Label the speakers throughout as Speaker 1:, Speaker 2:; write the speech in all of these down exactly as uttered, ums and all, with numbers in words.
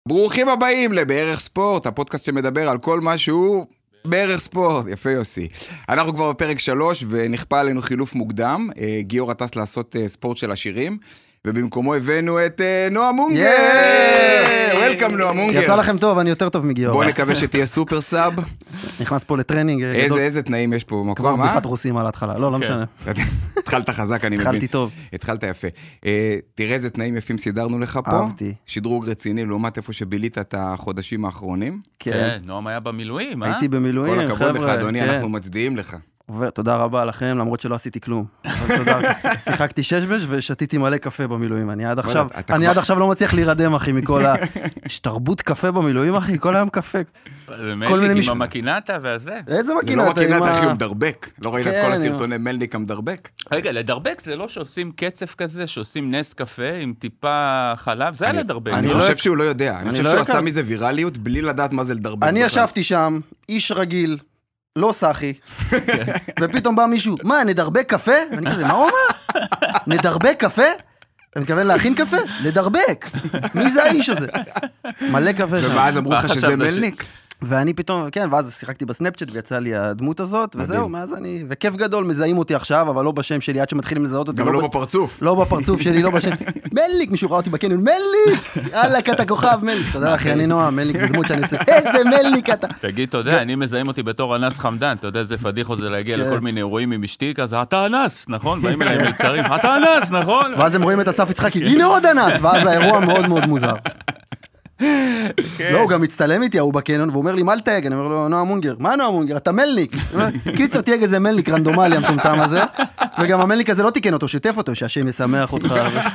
Speaker 1: ברוכים הבאים לבערך ספורט, הפודקאסט שמדבר על כל משהו בערך ספורט. יפה יוסי. אנחנו כבר בפרק שלוש ונכפה עלינו חילוף מוקדם. גיורא טס לעשות ספורט של השירים, ובמקומו הבאנו את נועה מונגר. וולקאם נועה מונגר.
Speaker 2: יצא לכם טוב, אני יותר טוב מגיורא.
Speaker 1: בוא נקווה שתהיה סופר סאב.
Speaker 2: נכנס פה לטרנינג.
Speaker 1: איזה תנאים יש פה?
Speaker 2: כבר בדיחת רוסים על ההתחלה, לא, לא משנה.
Speaker 1: התחלת חזק, אני מבין.
Speaker 2: התחלתי טוב.
Speaker 1: התחלת יפה. תראה איזה תנאים יפים סידרנו לך פה.
Speaker 2: אהבתי.
Speaker 1: שדרוג רציני, לעומת איפה שבילית את החודשים האחרונים.
Speaker 3: כן, נועם היה במילואים, אה?
Speaker 2: הייתי במילואים,
Speaker 1: כל הכבוד לך, אדוני, אנחנו מצדיעים לך.
Speaker 2: תודה רבה לכם, למרות שלא עשיתי כלום. שיחקתי שש-בש ושתיתי מלא קפה במילואים. אני עד עכשיו, אני עד עכשיו לא מצליח להירדם, אחי, מכל ה... יש תרבות קפה במילואים, אחי, כל היום קפה.
Speaker 3: מלניק עם המקינטה והזה.
Speaker 2: איזה מקינטה?
Speaker 1: זה לא מקינטה, אחי, הוא מדרבק. לא ראית את כל הסרטוני מלניק המדרבק?
Speaker 3: רגע, לדרבק זה לא שעושים קצף כזה, שעושים נס קפה עם טיפה חלב, זה היה לדרבק.
Speaker 1: אני חושב שהוא לא יודע. אני חושב שהוא עשה מזה ויראליות בלי לדעת מה זה לדרבק.
Speaker 2: אני ישבתי שם, איש רגיל, לא סחי, ופתאום בא מישהו, מה, נדרבק קפה? ואני כזה, מה הוא אמר? נדרבק קפה? אני מתכוון להכין קפה? לדרבק. מי זה האיש הזה? מלא קפה שם.
Speaker 1: ואז אמרו לך שזה מלניק.
Speaker 2: ואני פתאום, כן, ואז שיחקתי בסנאפצ'אט ויצא לי הדמות הזאת, וזהו, מאז אני, וכיף גדול, מזהים אותי עכשיו, אבל לא בשם שלי, עד שמתחילים לזהות אותי.
Speaker 1: גם לא בפרצוף.
Speaker 2: לא בפרצוף שלי, לא בשם. מלניק, מישהו ראה אותי בקניון, מלניק! יאללה, אתה כוכב, מלניק. תודה אחי, אני נועה, מלניק זה דמות שאני עושה. איזה מלניק אתה.
Speaker 3: תגיד, אתה יודע, אני מזהים אותי בתור אנס חמדן, אתה יודע, איזה פדיחו זה להגיע לכל מיני אירועים עם אשתי, כזה, אתה אנס, נכון? באים אליי מיצרים, אתה אנס, נכון? ואז הם רואים את אסף יצחקי, הנה עוד אנס, ואז האירוע מאוד מאוד מוזר. לא, הוא גם מצטלם איתי, הוא בקניון, והוא אומר לי, מה לתייג? אני אומר לו, נועה מונגר. מה נועה מונגר? אתה מלניק. קיצר, תייג איזה מלניק רנדומלי המטומטם הזה, וגם המלניק הזה לא תיקן אותו, שיתף אותו, שהשם ישמח אותך.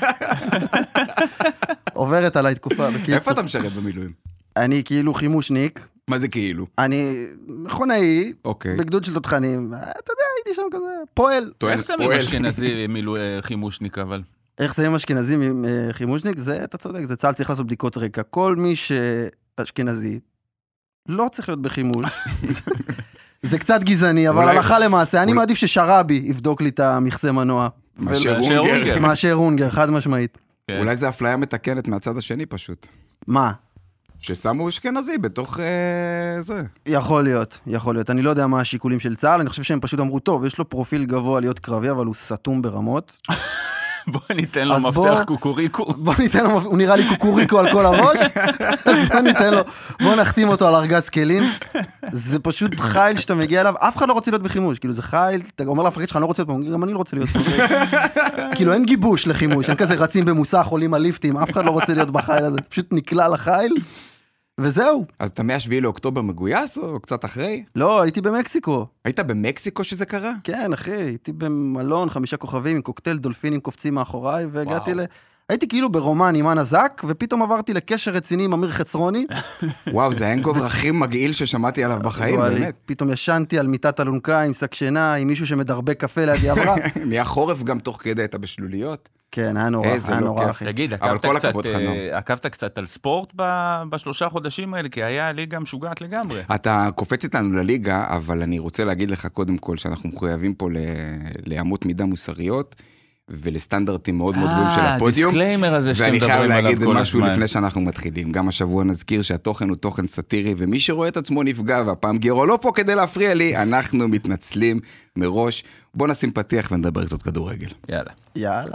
Speaker 3: עוברת עליי תקופה.
Speaker 1: איפה אתה משרת במילואים?
Speaker 2: אני כאילו חימושניק.
Speaker 1: מה זה כאילו?
Speaker 2: אני מכונאי, בגדוד של תותחנים, אתה יודע, הייתי שם כזה, פועל.
Speaker 3: איך שמים אשכנזי חימושניק אבל?
Speaker 2: איך שמים אשכנזים עם חימושניק? זה, אתה צודק, זה צה"ל צריך לעשות בדיקות רקע. כל מי שאשכנזי לא צריך להיות בחימוש. זה קצת גזעני, אבל הלכה למעשה, אני מעדיף ששרבי יבדוק לי את המכסה מנוע.
Speaker 1: מאשר אונגר.
Speaker 2: מאשר אונגר, חד משמעית.
Speaker 1: אולי זה אפליה מתקנת מהצד השני פשוט.
Speaker 2: מה?
Speaker 1: ששמו אשכנזי בתוך זה.
Speaker 2: יכול להיות, יכול להיות. אני לא יודע מה השיקולים של צה"ל, אני חושב שהם פשוט אמרו, טוב, יש לו פרופיל גבוה להיות קרבי, אבל הוא סתום ברמות.
Speaker 3: בוא ניתן לו מפתח קוקוריקו.
Speaker 2: בוא ניתן לו, הוא נראה לי קוקוריקו על כל הראש, אז בוא ניתן לו, בוא נחתים אותו על ארגז כלים. זה פשוט חייל שאתה מגיע אליו, אף אחד לא רוצה להיות בחימוש, כאילו זה חייל, אתה אומר להפקד שלך, אני לא רוצה להיות פה, גם אני לא רוצה להיות פה. כאילו אין גיבוש לחימוש, אין כזה רצים במוסך, עולים על ליפטים, אף אחד לא רוצה להיות בחייל הזה, פשוט נקלע לחייל. וזהו.
Speaker 1: אז אתה מהשביעי לאוקטובר מגויס או קצת אחרי?
Speaker 2: לא, הייתי במקסיקו.
Speaker 1: היית במקסיקו שזה קרה?
Speaker 2: כן, אחי, הייתי במלון, חמישה כוכבים, עם קוקטייל דולפינים קופצים מאחוריי, והגעתי ל... הייתי כאילו ברומן עם אנה זק, ופתאום עברתי לקשר רציני עם אמיר חצרוני.
Speaker 1: וואו, זה האנגובר הכי מגעיל ששמעתי עליו בחיים, באמת.
Speaker 2: פתאום ישנתי על מיטת אלונקה עם סקשנה, עם מישהו שמדרבק קפה לידי עברה.
Speaker 1: נהיה חורף גם תוך כדי את הבשלוליות.
Speaker 2: כן, היה נורא, היה נורא, אחי.
Speaker 3: תגיד, עקבת קצת על ספורט בשלושה חודשים האלה, כי היה ליגה משוגעת לגמרי.
Speaker 1: אתה קופץ איתנו לליגה, אבל אני רוצה להגיד לך קודם כל, שאנחנו מחויבים פה לאמות מידה מוסריות, ולסטנדרטים מאוד מאוד גבוהים של הפודיום.
Speaker 3: הדיסקליימר הזה שאתם מדברים עליו כל הזמן.
Speaker 1: ואני חייב להגיד משהו לפני שאנחנו מתחילים. גם השבוע נזכיר שהתוכן הוא תוכן סאטירי, ומי שרואה את עצמו נפגע, והפעם גיורא לא פה כדי להפריע לי, אנחנו מתנצלים מראש. בוא נשים פתיח ונדבר קצת כדורגל.
Speaker 3: יאללה.
Speaker 2: יאללה.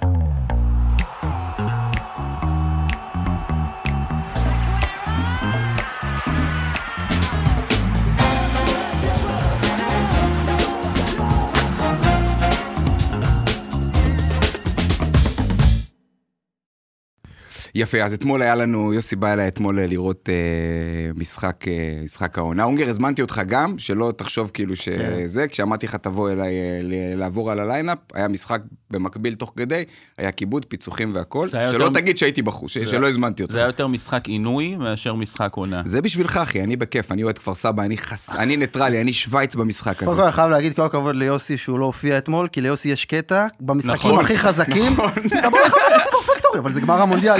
Speaker 1: יפה, אז אתמול היה לנו, יוסי בא אליי אתמול לראות אה, משחק, אה, משחק העונה. אונגר, הזמנתי אותך גם, שלא תחשוב כאילו שזה, כשאמרתי לך תבוא אליי אה, לעבור על הליינאפ, היה משחק במקביל תוך כדי, היה כיבוד, פיצוחים והכל, שלא יותר... תגיד שהייתי בחוש, זה... שלא הזמנתי אותך.
Speaker 3: זה היה יותר משחק עינוי מאשר משחק עונה.
Speaker 1: זה בשבילך, אחי, אני בכיף, אני אוהד כפר סבא, אני, חס... אני ניטרלי, אני שוויץ במשחק הזה.
Speaker 2: אני חייב להגיד כל הכבוד ליוסי שהוא לא הופיע אתמול, כי ליוסי יש קטע במשחקים הכי חזקים. אבל זה גמר המונדיאל.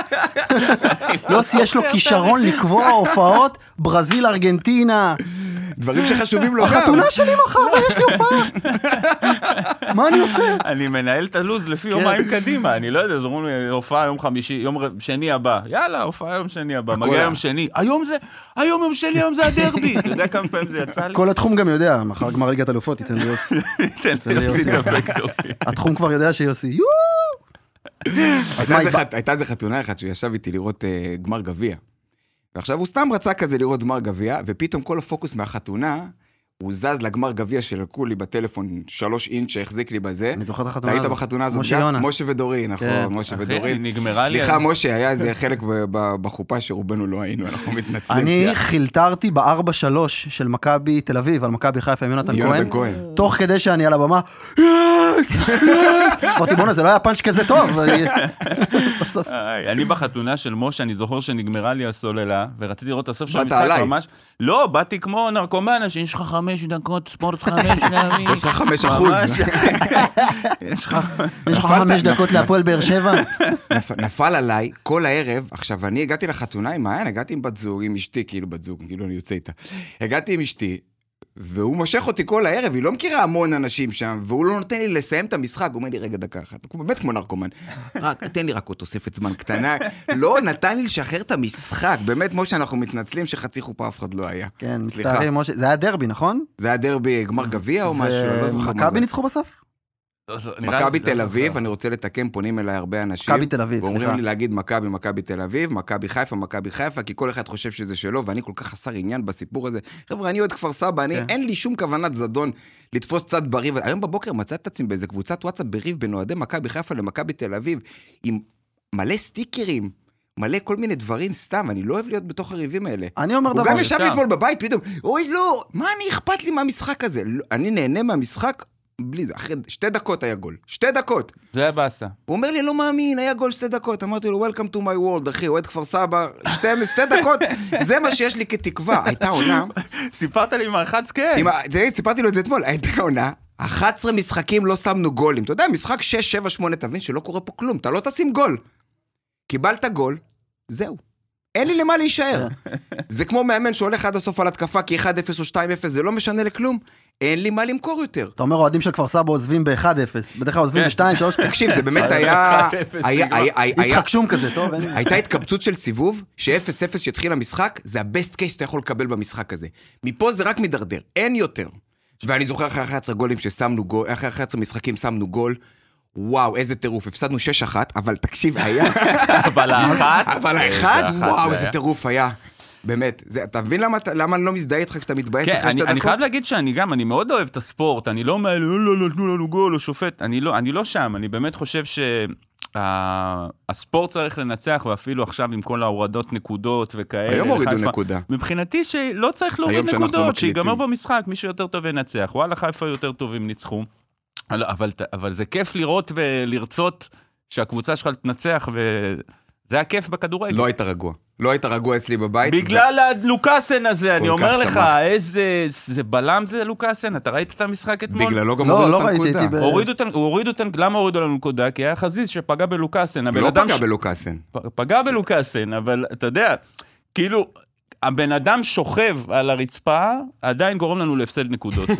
Speaker 2: יוסי יש לו כישרון לקבוע הופעות, ברזיל, ארגנטינה,
Speaker 1: דברים שחשובים לו גם.
Speaker 2: החתונה שלי מחר ויש לי הופעה. מה אני עושה?
Speaker 3: אני מנהל את הלוז לפי יומיים קדימה, אני לא יודע, זורמים לי הופעה יום חמישי, יום שני הבא, יאללה, הופעה יום שני הבא, מגיע יום שני, היום זה, היום יום שני, היום זה הדרבי, אתה יודע כמה פעמים זה יצא לי?
Speaker 2: כל התחום גם יודע, מחר גמר ליגת אלופות, תיתן לי יוסי.
Speaker 3: תן לי יוסי דפק טוב.
Speaker 2: התחום כבר יודע שיוסי, יואו!
Speaker 1: הייתה איזה חתונה אחת שהוא ישב איתי לראות גמר גביע. ועכשיו הוא סתם רצה כזה לראות גמר גביע, ופתאום כל הפוקוס מהחתונה, הוא זז לגמר גביע שלקו לי בטלפון שלוש אינץ' שהחזיק לי בזה.
Speaker 2: אני זוכר את החתונה הזאת.
Speaker 1: אתה היית בחתונה הזאת גם? משה ודורי, נכון, משה ודורי.
Speaker 3: נגמרה לי.
Speaker 1: סליחה, משה, היה איזה חלק בחופה שרובנו לא היינו, אנחנו מתנצלים.
Speaker 2: אני חילטרתי ב-ארבע שלוש של מכבי תל אביב, על מכבי חיפה עם יונתן כהן, תוך כדי שאני על הבמה, אמרתי, בונה, זה לא היה פאנץ' כזה טוב.
Speaker 3: אני בחתונה של משה, אני זוכר שנגמרה לי הסוללה, ורציתי לראות את הסוף של המשחק ממש. לא, באתי כמו נרקומנה, שיש לך חמש דקות, ספורט חמש נעמים.
Speaker 1: יש לך חמש אחוז.
Speaker 2: יש לך חמש דקות להפועל באר שבע.
Speaker 1: נפל עליי כל הערב, עכשיו אני הגעתי לחתונה עם מעיין, הגעתי עם בת זוג, עם אשתי, כאילו בת זוג, כאילו אני יוצא איתה. הגעתי עם אשתי, והוא מושך אותי כל הערב, היא לא מכירה המון אנשים שם, והוא לא נותן לי לסיים את המשחק, הוא אומר לי רגע דקה אחת, הוא באמת כמו נרקומן, רק, תן לי רק עוד תוספת זמן קטנה, לא נתן לי לשחרר את המשחק, באמת כמו שאנחנו מתנצלים שחצי חופה אף אחד לא היה.
Speaker 2: כן, מצטערים, משה, זה היה דרבי, נכון?
Speaker 1: זה היה דרבי, גמר גביע או משהו, לא זוכר מה זה.
Speaker 2: מכבי ניצחו בסוף?
Speaker 1: מכבי תל אביב, אני רוצה לתקן, פונים אליי הרבה אנשים.
Speaker 2: מכבי תל אביב,
Speaker 1: ואומרים לי להגיד מכבי, מכבי תל אביב, מכבי חיפה, מכבי חיפה, כי כל אחד חושב שזה שלו, ואני כל כך חסר עניין בסיפור הזה. חבר'ה, אני אוהד כפר סבא, אני, אין לי שום כוונת זדון לתפוס צד בריב. היום בבוקר מצאת את עצמי באיזה קבוצת וואטסאפ בריב בין אוהדי מכבי חיפה למכבי תל אביב, עם מלא סטיקרים, מלא כל מיני דברים סתם, אני לא אוהב להיות בתוך הריבים האלה.
Speaker 2: אני אומר דבר.
Speaker 1: הוא גם ישב לי אתמול בבית, פתאום, אוי לא, מה אני אכפת לי מהמשחק הזה? אני נהנה מהמשחק בלי זה, אחרי שתי דקות היה גול. שתי דקות.
Speaker 3: זה היה בעשה.
Speaker 1: הוא אומר לי, לא מאמין, היה גול שתי דקות. אמרתי לו, Welcome to my world, אחי, אוהד כפר סבא, שתי, שתי דקות, זה מה שיש לי כתקווה. הייתה עונה.
Speaker 3: סיפרת לי מהחץ, כן.
Speaker 1: סיפרתי לו את זה אתמול, הייתה עונה, אחת עשרה משחקים לא שמנו גולים. אתה יודע, משחק שש, שבע, שמונה, תבין שלא קורה פה כלום, אתה לא תשים גול. קיבלת גול, זהו. אין לי למה להישאר. זה כמו מאמן שהולך עד הסוף על התקפה, כי אחד אפס או שתיים אפס זה לא משנה לכלום. אין לי מה למכור יותר.
Speaker 2: אתה אומר, אוהדים של כפר סבא עוזבים ב-אחד אפס, בדרך כלל עוזבים ב-שתיים שלוש.
Speaker 1: תקשיב, זה באמת היה...
Speaker 2: יצחק שום כזה, טוב?
Speaker 1: הייתה התקבצות של סיבוב, ש-אפס אפס שהתחיל המשחק, זה הבסט קייס שאתה יכול לקבל במשחק הזה. מפה זה רק מדרדר, אין יותר. ואני זוכר אחרי אחרי עשרה גולים ששמנו גול, אחרי אחרי עשרה משחקים שמנו גול, וואו, איזה טירוף, הפסדנו שש אחת, אבל תקשיב, היה...
Speaker 3: אבל האחת...
Speaker 1: אבל האחת, וואו, איזה טירוף היה. באמת, אתה מבין למה אני לא מזדהה איתך כשאתה מתבאס אחרי שתי דקות?
Speaker 3: אני חייב להגיד שאני גם, אני מאוד אוהב את הספורט, אני לא מעלה, לא, לא, תנו לנו גול או שופט, אני לא שם, אני באמת חושב שהספורט צריך לנצח, ואפילו עכשיו עם כל ההורדות נקודות וכאלה.
Speaker 1: היום הורידו נקודה.
Speaker 3: מבחינתי שלא צריך להוריד נקודות, שיגמר במשחק, מי שיותר טוב ינצח, וואלה, חיפה יותר טובים ניצחו. אבל, אבל זה כיף לראות ולרצות שהקבוצה שלך תנצח, וזה הכיף בכדורגל.
Speaker 1: לא היית רגוע. לא היית רגוע אצלי בבית.
Speaker 3: בגלל הלוקאסן הזה, אני אומר לך, איזה, זה בלם זה לוקאסן, אתה ראית את המשחק אתמול?
Speaker 1: בגללו גם הורידו את הנקודה.
Speaker 3: הורידו אותן, למה הורידו לנו נקודה? כי היה חזיז שפגע בלוקאסן.
Speaker 1: לא פגע בלוקאסן.
Speaker 3: פגע בלוקאסן, אבל אתה יודע, כאילו... הבן אדם שוכב על הרצפה, עדיין גורם לנו להפסד נקודות.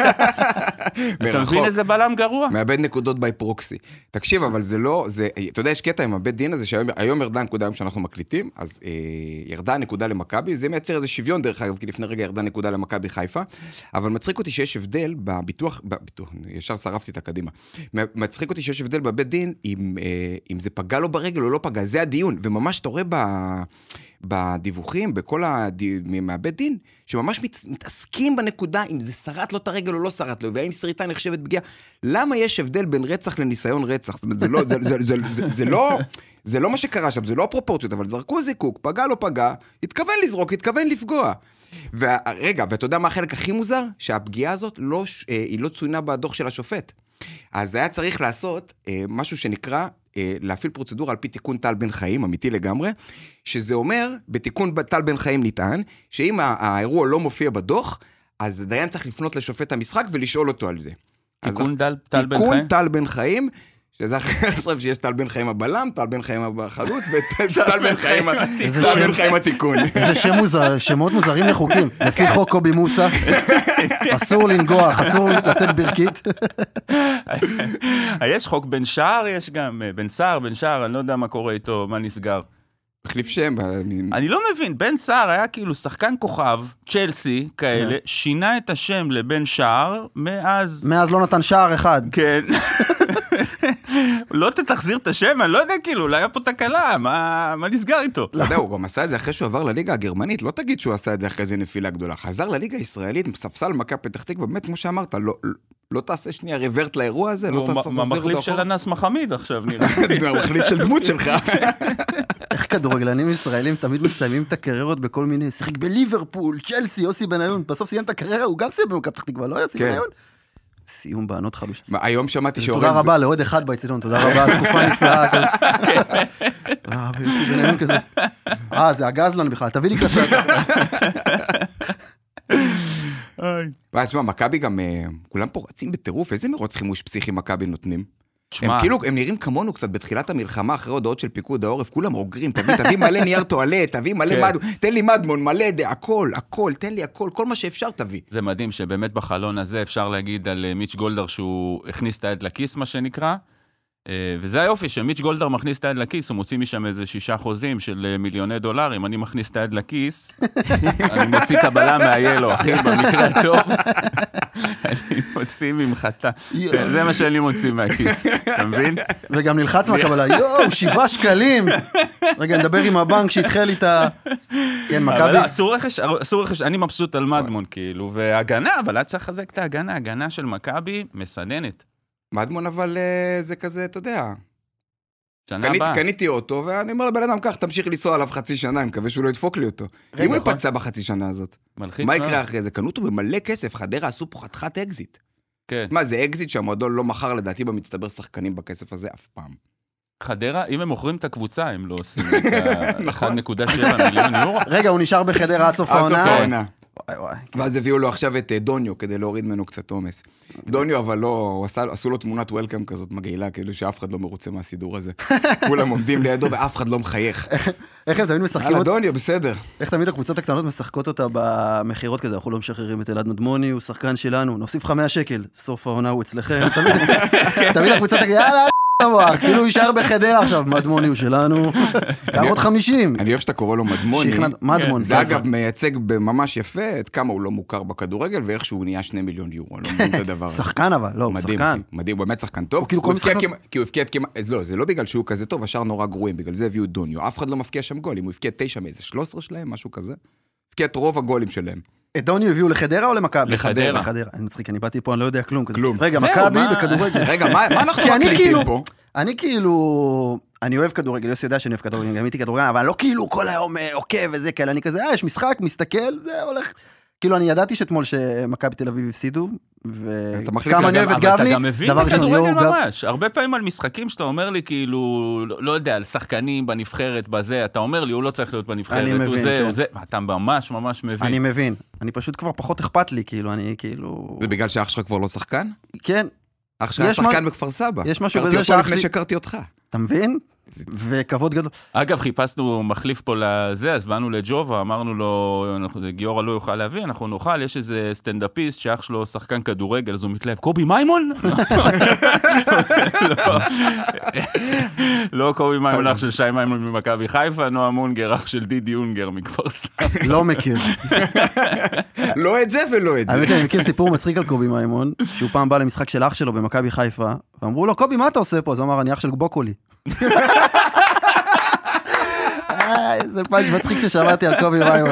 Speaker 3: אתה מבין איזה בלם גרוע?
Speaker 1: מאבד נקודות בי פרוקסי. תקשיב, אבל זה לא, אתה יודע, יש קטע עם הבית דין הזה, שהיום ירדה נקודה, היום שאנחנו מקליטים, אז ירדה נקודה למכבי, זה מייצר איזה שוויון דרך אגב, כי לפני רגע ירדה נקודה למכבי חיפה, אבל מצחיק אותי שיש הבדל בביטוח, ישר שרפתי את הקדימה, מצחיק אותי שיש הבדל בבית דין, אם זה פגע לו ברגל או לא פגע, זה הדיון, וממש אתה רואה בדיווחים, בכל מהבית דין, שממש מתעסקים בנקודה, אם זה שרת לו את הרגל או לא שרת לו, והאם שריטה נחשבת פגיעה. למה יש הבדל בין רצח לניסיון רצח? זאת אומרת, זה לא, זה, זה, זה, זה, זה לא, זה לא מה שקרה שם, זה לא הפרופורציות, אבל זרקו זיקוק, פגע לא פגע, התכוון לזרוק, התכוון לפגוע. ורגע, ואתה יודע מה החלק הכי מוזר? שהפגיעה הזאת לא, היא לא צוינה בדוח של השופט. אז היה צריך לעשות משהו שנקרא, להפעיל פרוצדורה על פי תיקון טל בן חיים, אמיתי לגמרי, שזה אומר, בתיקון טל בן חיים נטען, שאם האירוע לא מופיע בדוח, אז דיין צריך לפנות לשופט המשחק ולשאול אותו על זה.
Speaker 3: תיקון טל בן חיים?
Speaker 1: תיקון טל בן חיים, שזה עכשיו שיש טל בן חיים הבלם, טל בן חיים החלוץ, וטל בן חיים התיקון.
Speaker 2: איזה שם מוזר, שמות מוזרים לחוקים. לפי חוק קובי מוסה, אסור לנגוח, אסור לתת ברכית.
Speaker 3: יש חוק בן שער, יש גם בן שער, בן שער, אני לא יודע מה קורה איתו, מה נסגר.
Speaker 1: החליף שם.
Speaker 3: אני לא מבין, בן שער היה כאילו שחקן כוכב, צ'לסי, כאלה, שינה את השם לבן שער, מאז...
Speaker 2: מאז לא נתן שער אחד.
Speaker 3: כן. לא תחזיר את השם, אני לא יודע, כאילו, אולי היה פה תקלה, מה נסגר איתו?
Speaker 1: לא יודע, הוא גם עשה את זה אחרי שהוא עבר לליגה הגרמנית, לא תגיד שהוא עשה את זה אחרי זה נפילה גדולה. חזר לליגה הישראלית, ספסל מכבי פתח תקווה, באמת, כמו שאמרת, לא תעשה שנייה ריברט לאירוע הזה, לא תעשה...
Speaker 3: הוא מחליף של אנס מחמיד עכשיו, נראה.
Speaker 1: הוא מחליף של דמות שלך.
Speaker 2: איך כדורגלנים ישראלים תמיד מסיימים את הקריירות בכל מיני, שיחק בליברפול, צ'לסי, יוסי בניון, בסוף סיים את הקריירה, הוא גם סיים במכבי פתח תקווה, לא יוסי בניון? סיום בענות חלוש.
Speaker 1: היום שמעתי שאורן...
Speaker 2: תודה רבה לעוד אחד באצטדיון, תודה רבה, תקופה נפלאה. אה, ביוסי בניון כזה. אה, זה הגזלן בכלל, תביא לי קסה.
Speaker 1: תשמע, מכבי גם, כולם פה רצים בטירוף, איזה מרוץ חימוש פסיכי מכבי נותנים? הם כאילו, הם נראים כמונו קצת בתחילת המלחמה, אחרי הודעות של פיקוד העורף, כולם רוגרים, תביא, תביא מלא נייר טואלט, תביא מלא מדמון, תן לי מדמון, מלא, הכל, הכל, תן לי הכל, כל מה שאפשר תביא.
Speaker 3: זה מדהים שבאמת בחלון הזה אפשר להגיד על מיץ' גולדהר שהוא הכניס את היד לכיס, מה שנקרא, וזה היופי, שמיץ' גולדהר מכניס את היד לכיס, הוא מוציא משם איזה שישה חוזים של מיליוני דולרים, אני מכניס את היד לכיס, אני מוציא קבלה מהיילו, אחי, במקרה הטוב, אני מוציא ממחתה, זה מה שאני מוציא מהכיס, אתה מבין?
Speaker 2: וגם נלחץ מהקבלה, יואו, שבעה שקלים, רגע, נדבר עם הבנק שהתחיל לי את ה... כן, מכבי.
Speaker 3: אסור רכש, אסור רכש, אני מבסוט על מדמון, כאילו, והגנה, אבל היה צריך לחזק את ההגנה, הגנה של מכבי מסננת.
Speaker 1: מדמון, אבל זה כזה, אתה יודע.
Speaker 3: שנה הבאה.
Speaker 1: קניתי אותו, ואני אומר לבן אדם כך, תמשיך לנסוע עליו חצי שנה, אני מקווה שהוא לא ידפוק לי אותו. אם הוא יפצע בחצי שנה הזאת. מה יקרה אחרי זה? קנו אותו במלא כסף, חדרה עשו פה חתיכת אקזיט.
Speaker 3: כן.
Speaker 1: מה, זה אקזיט שהמועדון לא מכר לדעתי במצטבר שחקנים בכסף הזה אף פעם.
Speaker 3: חדרה, אם הם מוכרים את הקבוצה, הם לא עושים את ה-אחד נקודה שבע מיליון יורו.
Speaker 2: רגע, הוא נשאר בחדרה עד סוף העונה.
Speaker 1: ואז הביאו לו עכשיו את דוניו, כדי להוריד ממנו קצת עומס. דוניו, אבל לא, עשו לו תמונת וולקאם כזאת מגעילה, כאילו שאף אחד לא מרוצה מהסידור הזה. כולם עומדים לידו ואף אחד לא מחייך.
Speaker 2: איך הם תמיד משחקים אותה?
Speaker 1: דוניו, בסדר.
Speaker 2: איך תמיד הקבוצות הקטנות משחקות אותה במחירות כזה, אנחנו לא משחררים את אלעד מדמוני, הוא שחקן שלנו, נוסיף לך מאה שקל, סוף העונה הוא אצלכם. תמיד הקבוצות הקטנות, יאללה, כאילו הוא יישאר בחדרה עכשיו, מדמוני הוא שלנו, קח עוד חמישים.
Speaker 1: אני אוהב שאתה קורא לו מדמוני.
Speaker 2: מדמון.
Speaker 1: זה אגב מייצג ממש יפה את כמה הוא לא מוכר בכדורגל, ואיך שהוא נהיה שני מיליון יורו, לא מבין את הדבר הזה.
Speaker 2: שחקן אבל, לא, הוא שחקן.
Speaker 1: מדהים, הוא באמת שחקן טוב. כי הוא הפקיע כמעט, לא, זה לא בגלל שהוא כזה טוב, השאר נורא גרועים, בגלל זה הביאו דוניו. אף אחד לא מפקיע שם גול, אם הוא הפקיע תשע מאיזה שלוש עשרה שלהם, משהו כזה. הפקיע את רוב הגולים שלהם.
Speaker 2: את דוניו הביאו לחדרה או למכבי?
Speaker 3: לחדרה.
Speaker 2: לחדרה. אני מצחיק, אני באתי פה, אני לא יודע כלום.
Speaker 1: כלום.
Speaker 2: רגע, מכבי בכדורגל.
Speaker 1: רגע, מה אנחנו מקליטים פה?
Speaker 2: אני כאילו, אני אוהב כדורגל, יוסי יודע שאני אוהב כדורגל, גם הייתי כדורגל, אבל לא כאילו כל היום עוקב וזה כאלה, אני כזה, אה, יש משחק, מסתכל, זה הולך. כאילו, אני ידעתי שאתמול שמכבי תל אביב הפסידו, וכמה אני אוהב את גבני,
Speaker 3: אבל אתה גם מבין בכדורגל ממש, הרבה פעמים על משחקים שאתה אומר לי כאילו, לא יודע, על שחקנים בנבחרת בזה, אתה אומר לי, הוא לא צריך להיות בנבחרת, הוא זה, הוא זה, אתה ממש ממש מבין.
Speaker 2: אני מבין, אני פשוט כבר פחות אכפת לי, כאילו, אני כאילו...
Speaker 1: זה בגלל שאח שלך כבר לא שחקן?
Speaker 2: כן.
Speaker 1: אח שלך שחקן בכפר סבא.
Speaker 2: יש משהו
Speaker 1: בזה שאח לי... לפני שקרתי אותך.
Speaker 2: אתה מבין? וכבוד גדול.
Speaker 3: אגב, חיפשנו מחליף פה לזה, אז באנו לג'ובה, אמרנו לו, גיורא לא יוכל להביא, אנחנו נוכל, יש איזה סטנדאפיסט שאח שלו שחקן כדורגל, אז הוא מתלהב, קובי מימון? לא קובי מימון, אח של שי מימון ממכבי חיפה, נועה מונגר, אח של דידי אונגר מכפר סבא.
Speaker 2: לא מכיר.
Speaker 1: לא את זה ולא את זה.
Speaker 2: האמת שאני מכיר סיפור מצחיק על קובי מימון, שהוא פעם בא למשחק של אח שלו במכבי חיפה, ואמרו לו, קובי, מה אתה עושה פה? אז הוא אמר, אני אח של בוקולי. זה פאנץ' מצחיק ששמעתי על קובי מימון.